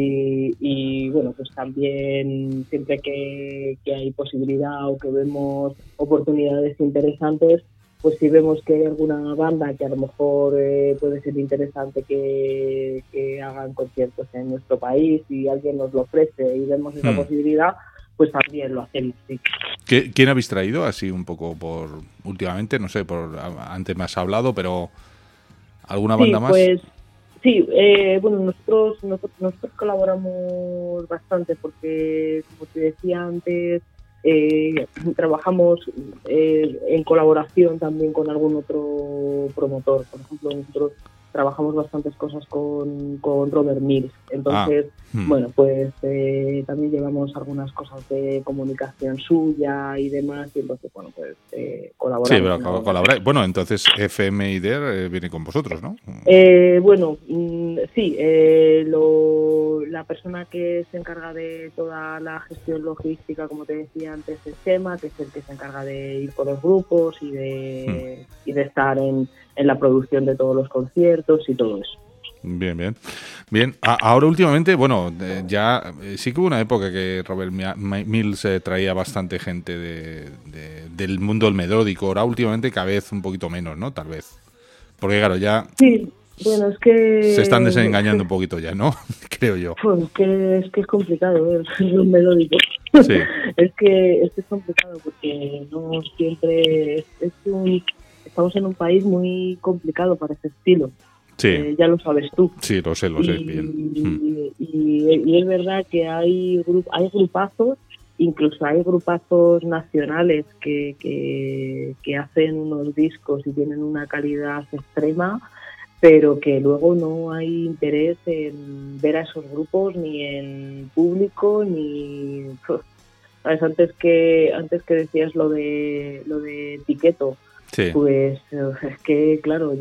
Y, y bueno, pues también siempre que, que hay posibilidad o que vemos oportunidades interesantes, pues si vemos que hay alguna banda que a lo mejor eh, puede ser interesante que, que hagan conciertos en nuestro país y alguien nos lo ofrece y vemos esa Hmm. posibilidad, pues también lo hacemos, sí. ¿Qué- ¿Quién habéis traído así un poco por últimamente? No sé, por antes me has hablado, pero ¿alguna Sí, banda más? pues sí, eh, bueno, nosotros, nosotros nosotros colaboramos bastante porque, como te decía antes, eh, trabajamos eh, en colaboración también con algún otro promotor. Por ejemplo, nosotros trabajamos bastantes cosas con, con Robert Mills. Entonces, Hmm. bueno, pues eh, también llevamos algunas cosas de comunicación suya y demás, y entonces, bueno, pues eh, colaboramos. Sí, pero con co- algunas. colaboráis. Bueno, entonces F M I D E R eh, viene con vosotros, ¿no? Eh, bueno, mm, sí, eh, lo- la persona que se encarga de toda la gestión logística, como te decía antes, es Chema, que es el que se encarga de ir por los grupos y de, y de estar en, en la producción de todos los conciertos y todo eso. Bien, bien. Bien, A- ahora últimamente, bueno, eh, ya eh, sí que hubo una época que Robert Mia- Mi- Mills eh, traía bastante gente de, de- del mundo del melódico. Ahora últimamente cada vez un poquito menos, ¿no? Tal vez. Porque claro, ya Sí, bueno, es que... se están desengañando un poquito ya, ¿no? Creo yo. Pues es que es que es complicado, ¿eh? Es un melódico. Sí. es que es que es complicado porque no siempre es, es un estamos en un país muy complicado para ese estilo. Sí, Eh, ya lo sabes tú. sí, lo sé, lo sé y, bien. Mm. y- y es verdad que hay gru- hay grupazos, incluso hay grupazos nacionales que, que, que hacen unos discos y tienen una calidad extrema, pero que luego no hay interés en ver a esos grupos ni en público ni ¿sabes? antes que antes que decías lo de lo de Tiqueto, Sí. pues eh, es que claro,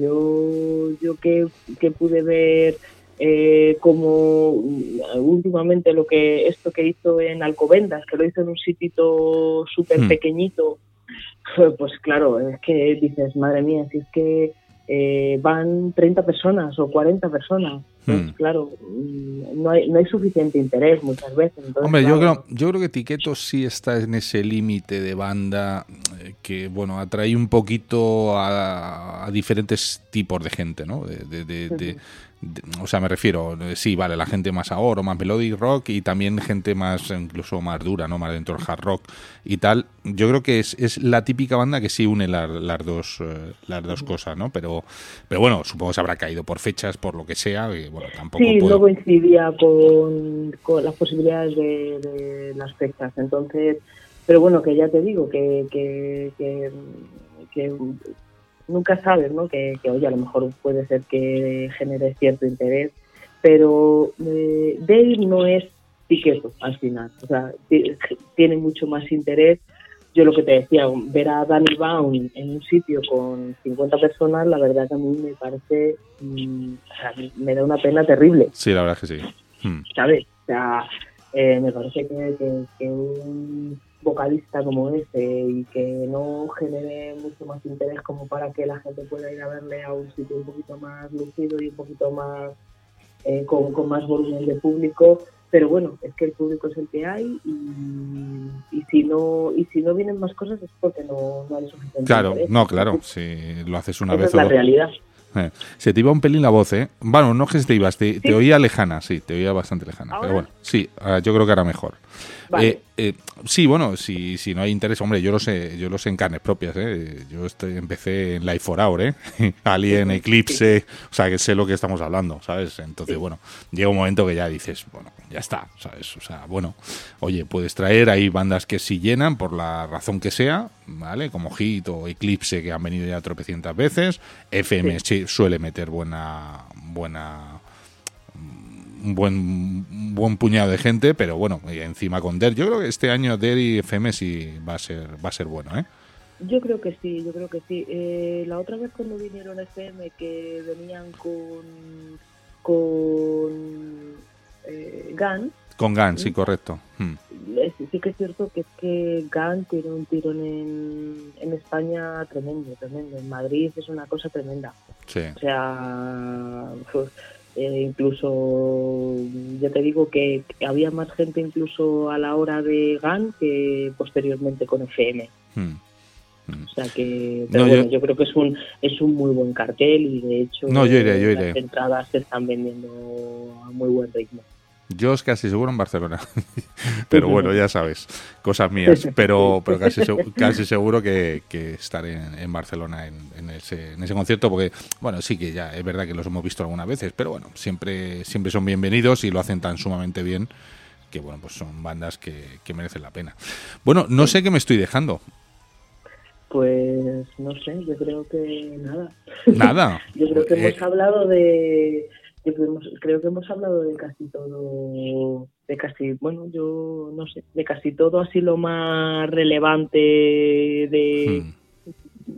yo yo que, que pude ver eh, como mm, últimamente lo que esto que hizo en Alcobendas, que lo hizo en un sitio súper Hmm. pequeñito, pues claro, es que dices, madre mía, si es que eh, van treinta personas o cuarenta personas, pues Hmm. claro, mm, no hay, no hay suficiente interés muchas veces. Entonces, Hombre, yo claro, creo, yo creo que Tiqueto sí está en ese límite de banda eh, que, bueno, atrae un poquito a, a diferentes tipos de gente, ¿no? De, de- de- de- de- o sea, me refiero, eh, sí, vale, la gente más ahora, más melodic rock y también gente más, incluso más dura, ¿no? Más dentro del hard rock y tal. Yo creo que es, es la típica banda que sí une las, las dos eh, las dos cosas, ¿no? Pero, pero bueno, supongo que se habrá caído por fechas, por lo que sea, y bueno, tampoco sí, puedo... no coincidía con, con las posibilidades de, de las fechas. Entonces, pero bueno, que ya te digo, que, que, que, que nunca sabes, ¿no? Que, que, oye, a lo mejor puede ser que genere cierto interés, pero eh, Dave no es Tiqueto al final. O sea, t- tiene mucho más interés yo lo que te decía, ver a Danny Baum en un sitio con cincuenta personas, la verdad que a mí me parece, mm, o sea, me da una pena terrible, Sí, la verdad es que sí. Hmm. ¿sabes? O sea, eh, me parece que, que, que un vocalista como ese y que no genere mucho más interés como para que la gente pueda ir a verle a un sitio un poquito más lucido y un poquito más eh, con, con más volumen de público, pero bueno, es que el público es el que hay y, y si no y si no vienen más cosas es porque no, no hay suficiente Claro, interés. no, claro, si lo haces una Esa vez es o la dos. realidad. Eh, Se te iba un pelín la voz, ¿eh? Bueno, no es que se te ibas, te, te ¿Sí? oía lejana, sí, te oía bastante lejana. ¿Ahora? Pero bueno, sí, ah, yo creo que ahora mejor. Vale. Eh, eh, sí, bueno, si, si no hay interés, hombre, yo lo sé, yo lo sé en carnes propias, ¿eh? Yo estoy, empecé en Life for Hour, ¿eh? Alien, Eclipse, o sea, que sé lo que estamos hablando, ¿sabes? Entonces, Sí. bueno, llega un momento que ya dices, bueno, ya está, ¿sabes? O sea, bueno, oye, puedes traer, hay bandas que sí llenan por la razón que sea, ¿vale? Como Hit o Eclipse, que han venido ya tropecientas veces, F M sí suele meter buena, buena un buen, un buen puñado de gente, pero bueno, y encima con Der, yo creo que este año Der y F M sí va a ser, va a ser bueno, ¿eh? Yo creo que sí, yo creo que sí. Eh, la otra vez cuando vinieron F M, que venían con con eh, Gun, Con Guns, sí, correcto. Hmm. es- sí que es cierto que es que Gun tiene un tirón en, en España tremendo, tremendo. En Madrid es una cosa tremenda. Sí. O sea, pues, eh, incluso, ya te digo que había más gente incluso a la hora de Gun que posteriormente con F M. Hmm. Hmm. O sea que, pero No, bueno, yo- yo... creo que es un es un muy buen cartel y de hecho No, yo iré, yo las iré. entradas se están vendiendo a muy buen ritmo. Yo es casi seguro en Barcelona. Pero bueno, ya sabes, cosas mías. Pero, pero casi, segu- casi seguro que, que estaré en, en Barcelona en, en ese, en ese concierto, porque, bueno, sí que ya es verdad que los hemos visto algunas veces, pero bueno, siempre, siempre son bienvenidos y lo hacen tan sumamente bien que, bueno, pues son bandas que, que merecen la pena. Bueno, no sé qué me estoy dejando. Pues no sé, yo creo que nada. Nada. Yo creo que Eh, hemos hablado de yo creo, que hemos, creo que hemos hablado de casi todo, de casi, bueno, yo no sé, de casi todo así lo más relevante de hmm.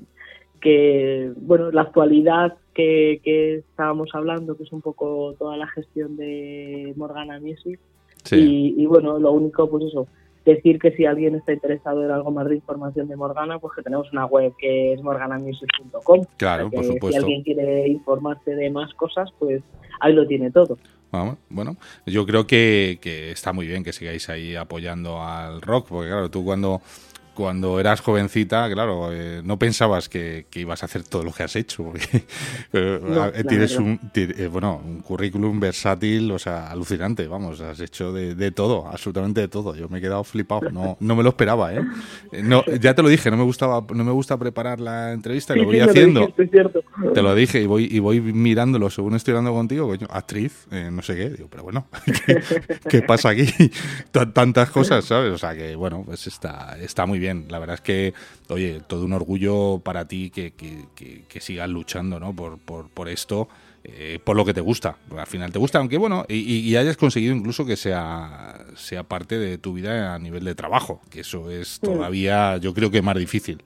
que, bueno, la actualidad que, que estábamos hablando, que es un poco toda la gestión de Morgana Music. Sí. Y, y bueno, lo único, pues eso, decir que si alguien está interesado en algo más de información de Morgana, pues que tenemos una web que es morgana music punto com. Claro, O sea que por supuesto. Si alguien quiere informarse de más cosas, pues ahí lo tiene todo. Vamos, bueno, yo creo que, que está muy bien que sigáis ahí apoyando al rock, porque claro, tú cuando, cuando eras jovencita, claro, eh, no pensabas que, que ibas a hacer todo lo que has hecho, porque eh, No, eh, la tienes verdad. un, ti- eh, bueno, un currículum versátil, o sea, alucinante, vamos, has hecho de, de todo, absolutamente de todo. Yo me he quedado flipado, no, no me lo esperaba, ¿eh? Eh, No, ya te lo dije, no me gustaba, no me gusta preparar la entrevista, y lo Sí, voy sí, me lo haciendo. dijiste, es cierto. Te lo dije y voy y voy mirándolo según estoy hablando contigo, coño, actriz, eh, no sé qué, digo, pero bueno, ¿qué, qué pasa aquí? T- Tantas cosas, ¿sabes? O sea que, bueno, pues está, está muy bien. La verdad es que, oye, todo un orgullo para ti que, que, que, que sigas luchando, ¿no? Por, por, por esto, eh, por lo que te gusta. Al final te gusta, aunque bueno, y, y hayas conseguido incluso que sea, sea parte de tu vida a nivel de trabajo, que eso es todavía, yo creo que más difícil.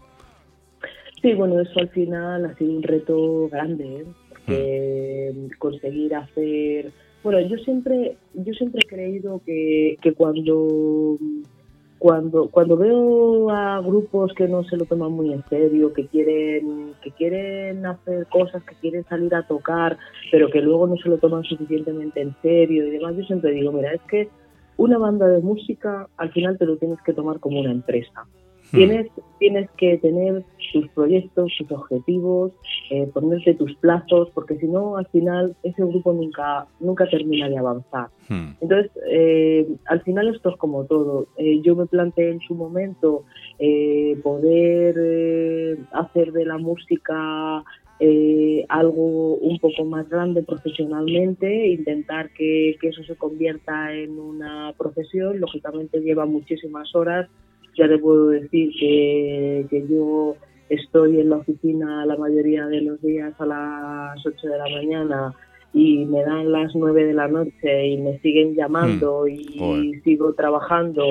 Sí, bueno, eso al final ha sido un reto grande, ¿eh? Porque conseguir hacer... Bueno, yo siempre yo siempre he creído que, que cuando, cuando cuando veo a grupos que no se lo toman muy en serio, que quieren que quieren hacer cosas, que quieren salir a tocar, pero que luego no se lo toman suficientemente en serio y demás, yo siempre digo, mira, es que una banda de música al final te lo tienes que tomar como una empresa. Tienes, tienes que tener tus proyectos, tus objetivos, eh, ponerte tus plazos, porque si no, al final, ese grupo nunca nunca termina de avanzar. Hmm. Entonces, eh, al final esto es como todo. Eh, yo me planteé en su momento eh, poder eh, hacer de la música eh, algo un poco más grande profesionalmente, intentar que, que eso se convierta en una profesión. Lógicamente lleva muchísimas horas. Ya te puedo decir que, que yo estoy en la oficina la mayoría de los días a las ocho de la mañana y me dan las nueve de la noche y me siguen llamando Hmm. y Joder. sigo trabajando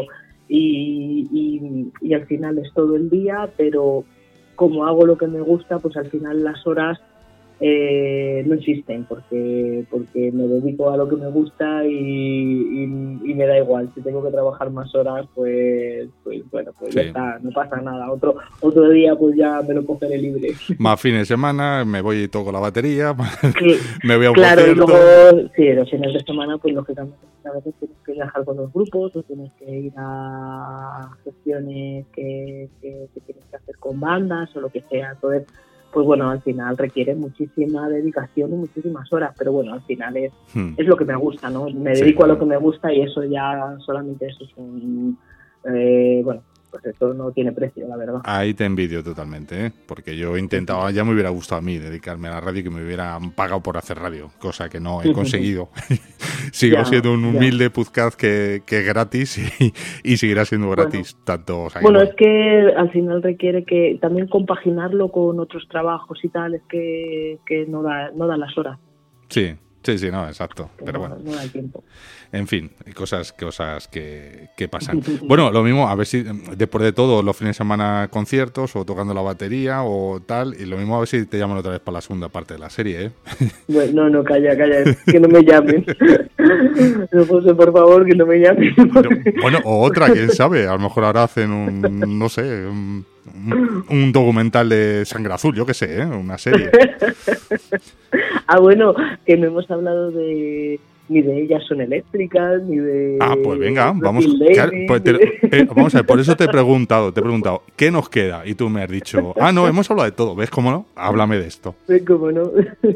y, y, y al final es todo el día, pero como hago lo que me gusta, pues al final las horas eh, no existen, porque porque me dedico a lo que me gusta y, y, y me da igual. Si tengo que trabajar más horas, pues pues bueno, pues Sí. ya está, no pasa nada. Otro otro día pues ya me lo cogeré libre. Más fines de semana, me voy y toco la batería, me voy a un Claro, y concierto. luego, sí, los fines de semana, pues lógicamente a veces tienes que viajar con los grupos o tienes que ir a gestiones que, que, que tienes que hacer con bandas o lo que sea. Entonces, pues bueno, al final requiere muchísima dedicación y muchísimas horas, pero bueno, al final es, Hmm. es lo que me gusta, ¿no? Me Sí, dedico a claro. lo que me gusta y eso ya, solamente eso es un, eh, bueno, pues esto no tiene precio, la verdad. Ahí te envidio totalmente, ¿eh? Porque yo intentaba, ya me hubiera gustado a mí dedicarme a la radio y que me hubieran pagado por hacer radio, cosa que no he conseguido. Sigo Ya, siendo un ya. humilde podcast que, que es gratis y, y seguirá siendo gratis. tanto, o sea, que Bueno, bueno. es que al final requiere que también compaginarlo con otros trabajos y tal, es que, que no da no da las horas, Sí, sí, sí, no, exacto. que Pero no, bueno, no da el tiempo. en fin, cosas, cosas que, que pasan. Bueno, lo mismo, a ver si después de todo, los fines de semana conciertos o tocando la batería o tal, y lo mismo a ver si te llaman otra vez para la segunda parte de la serie, ¿eh? Bueno, no, no, calla, calla, que no me llamen. No, José, por favor, que no me llamen. Pero, bueno, o otra, quién sabe, a lo mejor ahora hacen un, no sé, un, un- un documental de Sangre Azul, yo qué sé, ¿eh? Una serie. Ah, bueno, que no hemos hablado de ni de Ellas son eléctricas, ni de... Ah, pues venga, Rocking vamos. Lady, claro, pues te- ni de- eh, vamos a ver, por eso te he preguntado, te he preguntado, ¿qué nos queda? Y tú me has dicho, ah, no, hemos hablado de todo, ¿ves cómo no? Háblame de esto. Sí, cómo no.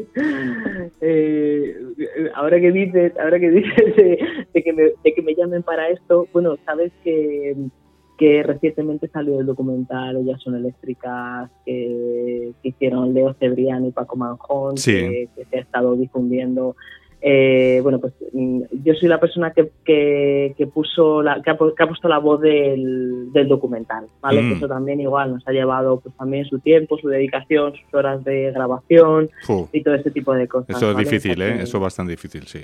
Eh, ahora que dices, ahora que dices de, de que me, de que me llamen para esto, bueno, sabes que, que recientemente salió el documental Ellas son eléctricas que, que hicieron Leo Cebrián y Paco Manjón, Sí. que, que se ha estado difundiendo. Eh, bueno, pues mm, yo soy la persona que, que, que puso la, que, ha, pu- que ha puesto la voz del, del documental, ¿vale? Mm. Que eso también igual nos ha llevado pues también su tiempo, su dedicación, sus horas de grabación Fu, y todo ese tipo de cosas. eso es ¿vale? difícil, O sea ¿eh? que, Eso es bastante difícil, sí.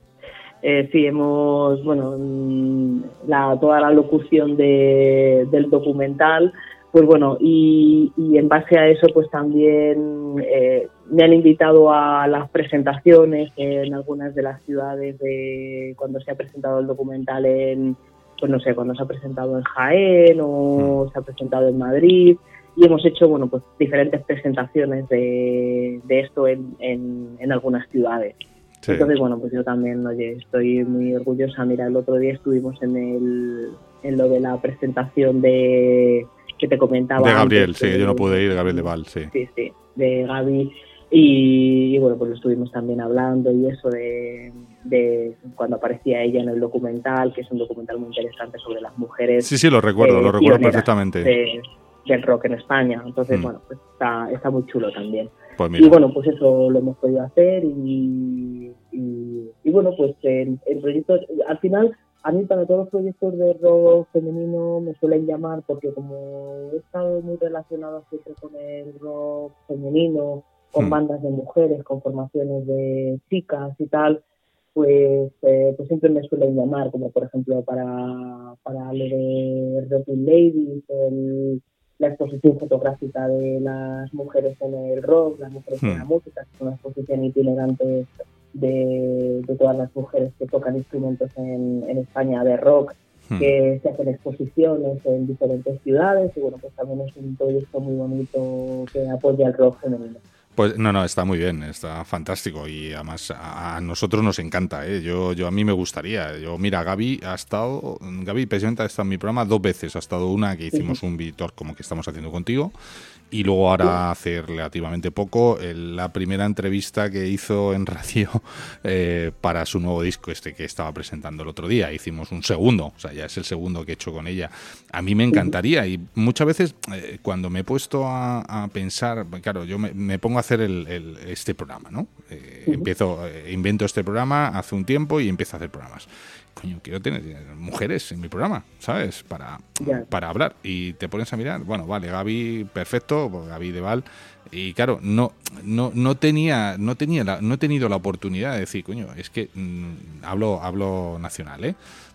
eh, sí, hemos, bueno, mm, la, toda la locución de, del documental, pues bueno, y, y en base a eso, pues también eh, me han invitado a las presentaciones en algunas de las ciudades de cuando se ha presentado el documental en, pues no sé, cuando se ha presentado en Jaén o Mm. se ha presentado en Madrid. Y hemos hecho, bueno, pues diferentes presentaciones de, de esto en, en, en algunas ciudades. Sí. Entonces, bueno, pues yo también, oye, estoy muy orgullosa. Mira, el otro día estuvimos en el en lo de la presentación de que te comentaba De Gabriel, antes, sí, de- yo no pude ir, de Gabriel de Val, sí. Sí, sí, de Gaby. Y, y bueno, pues lo estuvimos también hablando y eso de, de cuando aparecía ella en el documental, que es un documental muy interesante sobre las mujeres. Sí, sí, lo recuerdo, eh, lo recuerdo pioneras perfectamente. de- del rock en España. Entonces, Mm. bueno, pues está, está muy chulo también. Pues mira, Y bueno, pues eso lo hemos podido hacer y, y, y bueno, pues en, en proyectos, al final, a mí para todos los proyectos de rock femenino me suelen llamar porque como he estado muy relacionado siempre con el rock femenino, con Hmm. bandas de mujeres, con formaciones de chicas y tal, pues, eh, pues siempre me suelen llamar, como por ejemplo para, para lo de Rocking Ladies, el la exposición fotográfica de las mujeres en el rock, las mujeres en Hmm. la música, que es una exposición itinerante de, de todas las mujeres que tocan instrumentos en, en España de rock, hmm. que se hacen exposiciones en diferentes ciudades y bueno, pues también es un proyecto muy bonito que apoya el rock femenino. Pues no, no, está muy bien, está fantástico y además a, a nosotros nos encanta, ¿eh? Yo, yo a mí me gustaría. Yo, mira, Gaby ha estado, Gaby precisamente ha estado en mi programa dos veces. Ha estado una que hicimos un Vitor como que estamos haciendo contigo y luego ahora hace relativamente poco el- la primera entrevista que hizo en radio eh, para su nuevo disco este que estaba presentando el otro día. Hicimos un segundo, o sea, ya es el segundo que he hecho con ella. A mí me encantaría y muchas veces eh, cuando me he puesto a, a pensar, claro, yo me, me pongo a hacer el, el- este programa, ¿no? Eh, Ujú. Empiezo, eh, invento este programa hace un tiempo y empiezo a hacer programas. Coño, quiero tener mujeres en mi programa, ¿sabes? Para, Ya. para hablar. Y te pones a mirar, bueno, vale, Gaby, perfecto, pues Gaby de Val. Y claro, no, no, no tenía, no tenía la, no he tenido la oportunidad de decir, coño, es que mm, hablo, hablo nacional, ¿eh?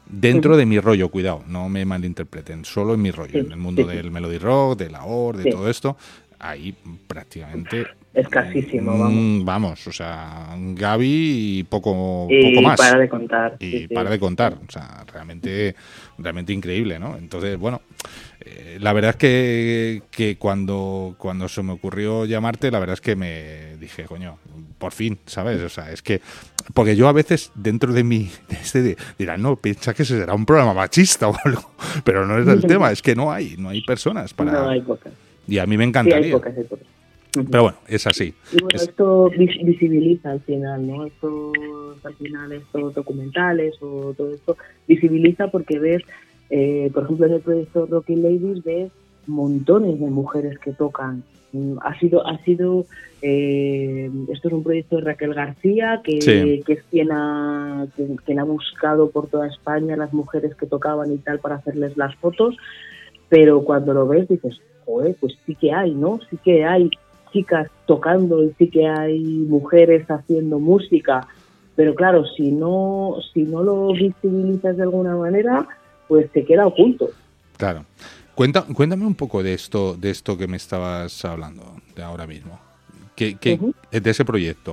dentro Ujú. de mi rollo, cuidado, no me malinterpreten, solo en mi rollo, Sí, en el mundo sí, sí. del melody rock, de la O R, de Sí. todo esto, ahí prácticamente, Escasísimo, vamos. mm, vamos, o sea, Gaby y poco, poco Y más. para de contar. Y Sí, sí. para de contar, o sea, realmente, realmente increíble, ¿no? Entonces, bueno, eh, la verdad es que, que cuando, cuando se me ocurrió llamarte, la verdad es que me dije, coño, por fin, ¿sabes? O sea, es que, porque yo a veces dentro de mi, de este de, dirán, no, piensa que ese será un programa machista o algo, pero no es el tema, es que no hay, no hay personas para... No, hay pocas. Y a mí me Sí, hay encantaría, pocas, hay pocas. Ujú. pero bueno, es así. Y bueno, Es- esto vis- visibiliza al final, ¿no? Estos, al final, estos documentales o todo esto, visibiliza porque ves, eh, por ejemplo, en el proyecto Rocky Ladies, ves montones de mujeres que tocan. Mm, Ha sido, ha sido eh, esto es un proyecto de Raquel García, que, Sí. que es quien ha, quien, quien ha buscado por toda España las mujeres que tocaban y tal para hacerles las fotos, pero cuando lo ves dices, joder, pues sí que hay, ¿no? Sí que hay chicas tocando y sí que hay mujeres haciendo música, pero claro, si no, si no lo visibilizas de alguna manera, pues se queda oculto. Claro. Cuenta, cuéntame un poco de esto, de esto que me estabas hablando de ahora mismo. ¿Qué, qué, Ujú. de ese proyecto?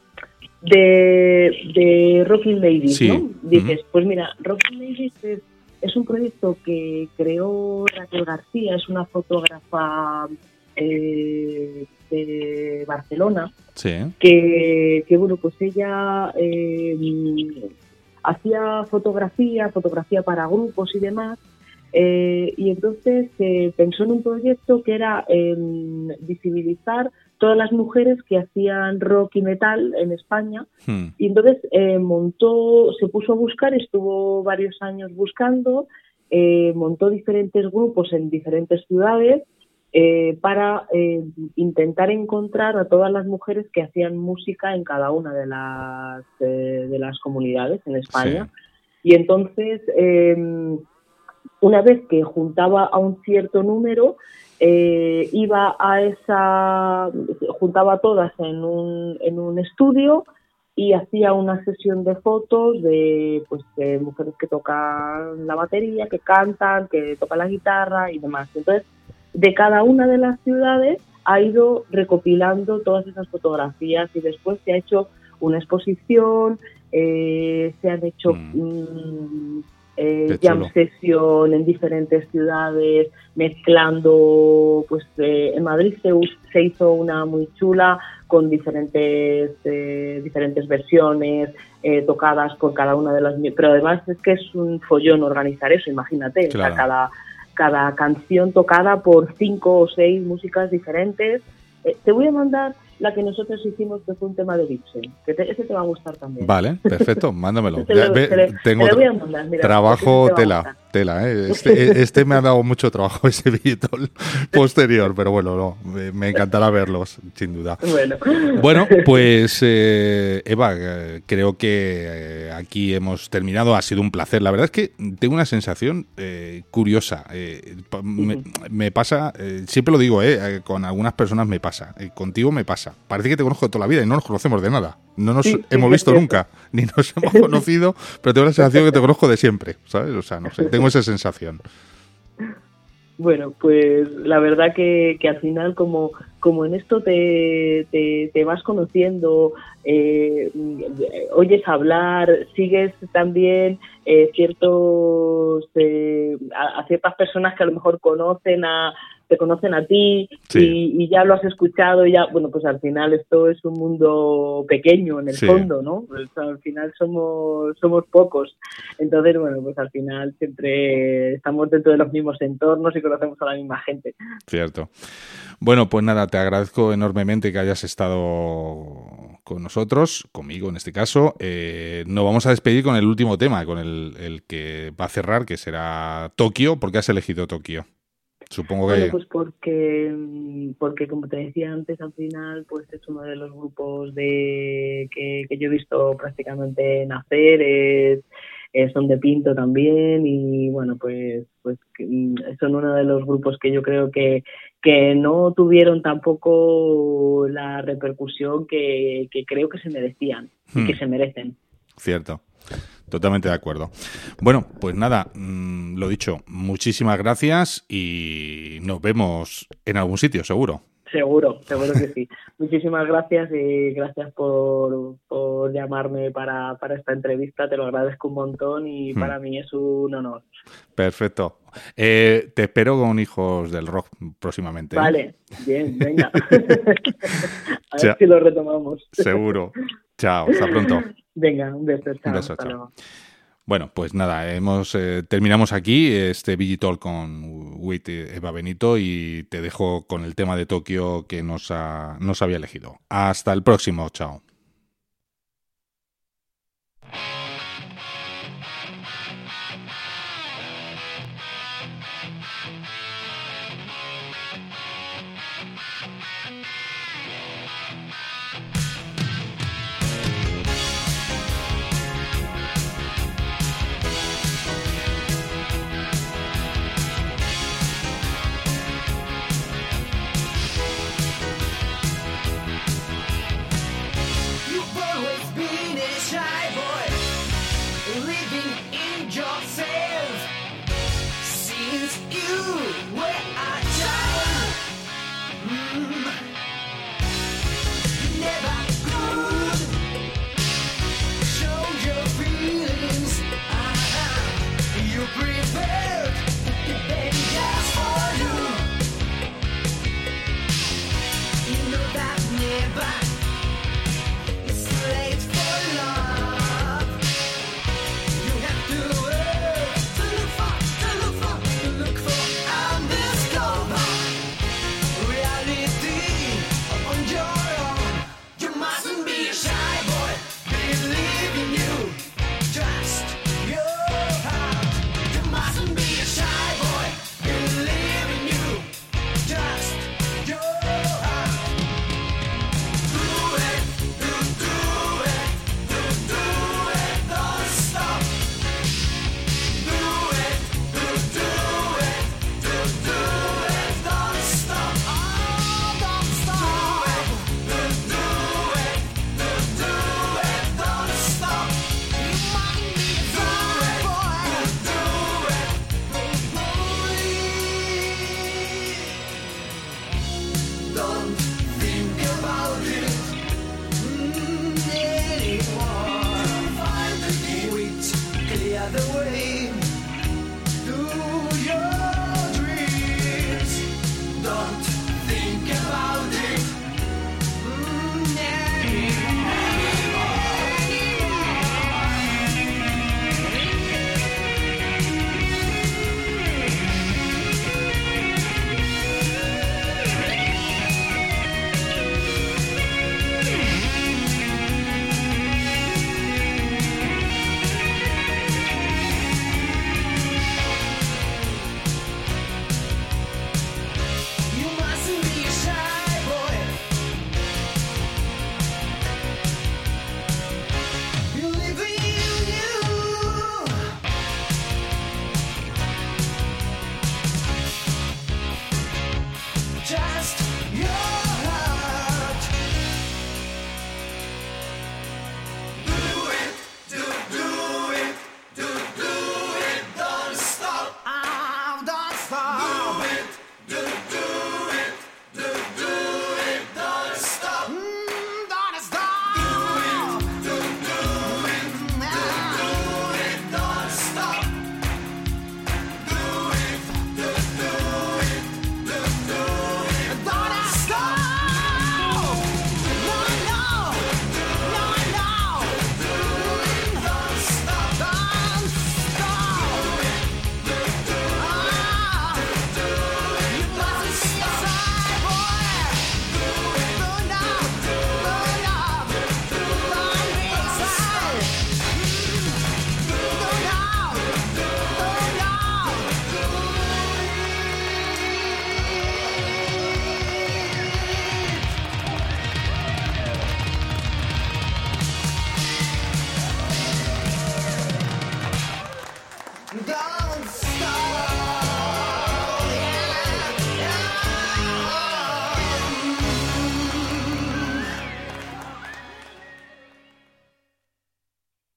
De, de Rocking Ladies, Sí. ¿no? Dices, Ujú. pues mira, Rocking Ladies es, es un proyecto que creó Raquel García, es una fotógrafa eh, de Barcelona, Sí. que, que bueno, pues ella eh, hacía fotografía, fotografía para grupos y demás, eh, y entonces eh, pensó en un proyecto que era eh, visibilizar todas las mujeres que hacían rock y metal en España, Hmm. y entonces eh, montó, se puso a buscar, estuvo varios años buscando, eh, montó diferentes grupos en diferentes ciudades, eh, para eh, intentar encontrar a todas las mujeres que hacían música en cada una de las eh, de las comunidades en España. Y entonces, eh, una vez que juntaba a un cierto número, eh, iba a esa, juntaba a todas en un, en un estudio y hacía una sesión de fotos de, pues, de mujeres que tocan la batería, que cantan, que tocan la guitarra y demás. Entonces, de cada una de las ciudades ha ido recopilando todas esas fotografías y después se ha hecho una exposición, eh, se han hecho Mm. mm, eh, Qué jam chulo. session en diferentes ciudades, mezclando, pues eh, en Madrid se, us- se hizo una muy chula con diferentes eh, diferentes versiones eh, tocadas por cada una de las, pero además es que es un follón organizar eso, imagínate, Claro. o sea, cada cada canción tocada por cinco o seis músicas diferentes. Eh, te voy a mandar la que nosotros hicimos, que fue un tema de Gibson, que te, ese te va a gustar también. Vale, perfecto, mándamelo. Te Ya, lo- ve, te le- tengo te lo voy tra- a mandar, mira, trabajo ese te va a tela, gustar. tela, ¿eh? Este, este me ha dado mucho trabajo, ese billetón posterior, pero bueno, no, me, me encantará verlos, sin duda. Bueno, Bueno, pues eh, Eva, eh, creo que eh, aquí hemos terminado. Ha sido un placer. La verdad es que tengo una sensación eh, curiosa. Eh, pa- me, Ujú. me pasa, eh, siempre lo digo, eh, eh, con algunas personas me pasa, eh, contigo me pasa. Parece que te conozco de toda la vida y no nos conocemos de nada. No nos Sí, sí, hemos es visto cierto. nunca, ni nos hemos conocido, pero tengo la sensación que te conozco de siempre, ¿sabes? O sea, no sé, tengo esa sensación. Bueno, pues la verdad que, que al final como, como en esto te, te, te vas conociendo, eh, oyes hablar, sigues también eh, ciertos eh, a, a ciertas personas que a lo mejor conocen a te conocen a ti Sí. y, y ya lo has escuchado y ya, bueno, pues al final esto es un mundo pequeño en el Sí. fondo, ¿no? Pues al final somos somos pocos. Entonces, bueno, pues al final siempre estamos dentro de los mismos entornos y conocemos a la misma gente. Cierto. Bueno, pues nada, te agradezco enormemente que hayas estado con nosotros, conmigo en este caso. Eh, nos vamos a despedir con el último tema, con el, el que va a cerrar, que será Tokio. ¿Por qué has elegido Tokio? Supongo que... Bueno, pues porque, porque como te decía antes, al final pues es uno de los grupos de que, que yo he visto prácticamente nacer, es, es Son de Pinto también y bueno, pues pues son uno de los grupos que yo creo que, que no tuvieron tampoco la repercusión que, que creo que se merecían y Hmm. que se merecen. Cierto. Totalmente de acuerdo. Bueno, pues nada, mmm, lo dicho, muchísimas gracias y nos vemos en algún sitio, seguro. Seguro, seguro que sí. Muchísimas gracias y gracias por, por llamarme para, para esta entrevista. Te lo agradezco un montón y hmm. para mí es un honor. Perfecto. Eh, te espero con Hijos del Rock próximamente. ¿eh? Vale, bien, venga. A ver si lo retomamos. Seguro. Chao, hasta pronto. Venga, un beso. Chao, un beso, hasta chao. luego. Bueno, pues nada, hemos eh, terminamos aquí este Vigitol con With Eva Benito y te dejo con el tema de Tokio que nos, ha, nos había elegido. Hasta el próximo, chao. Don't stop.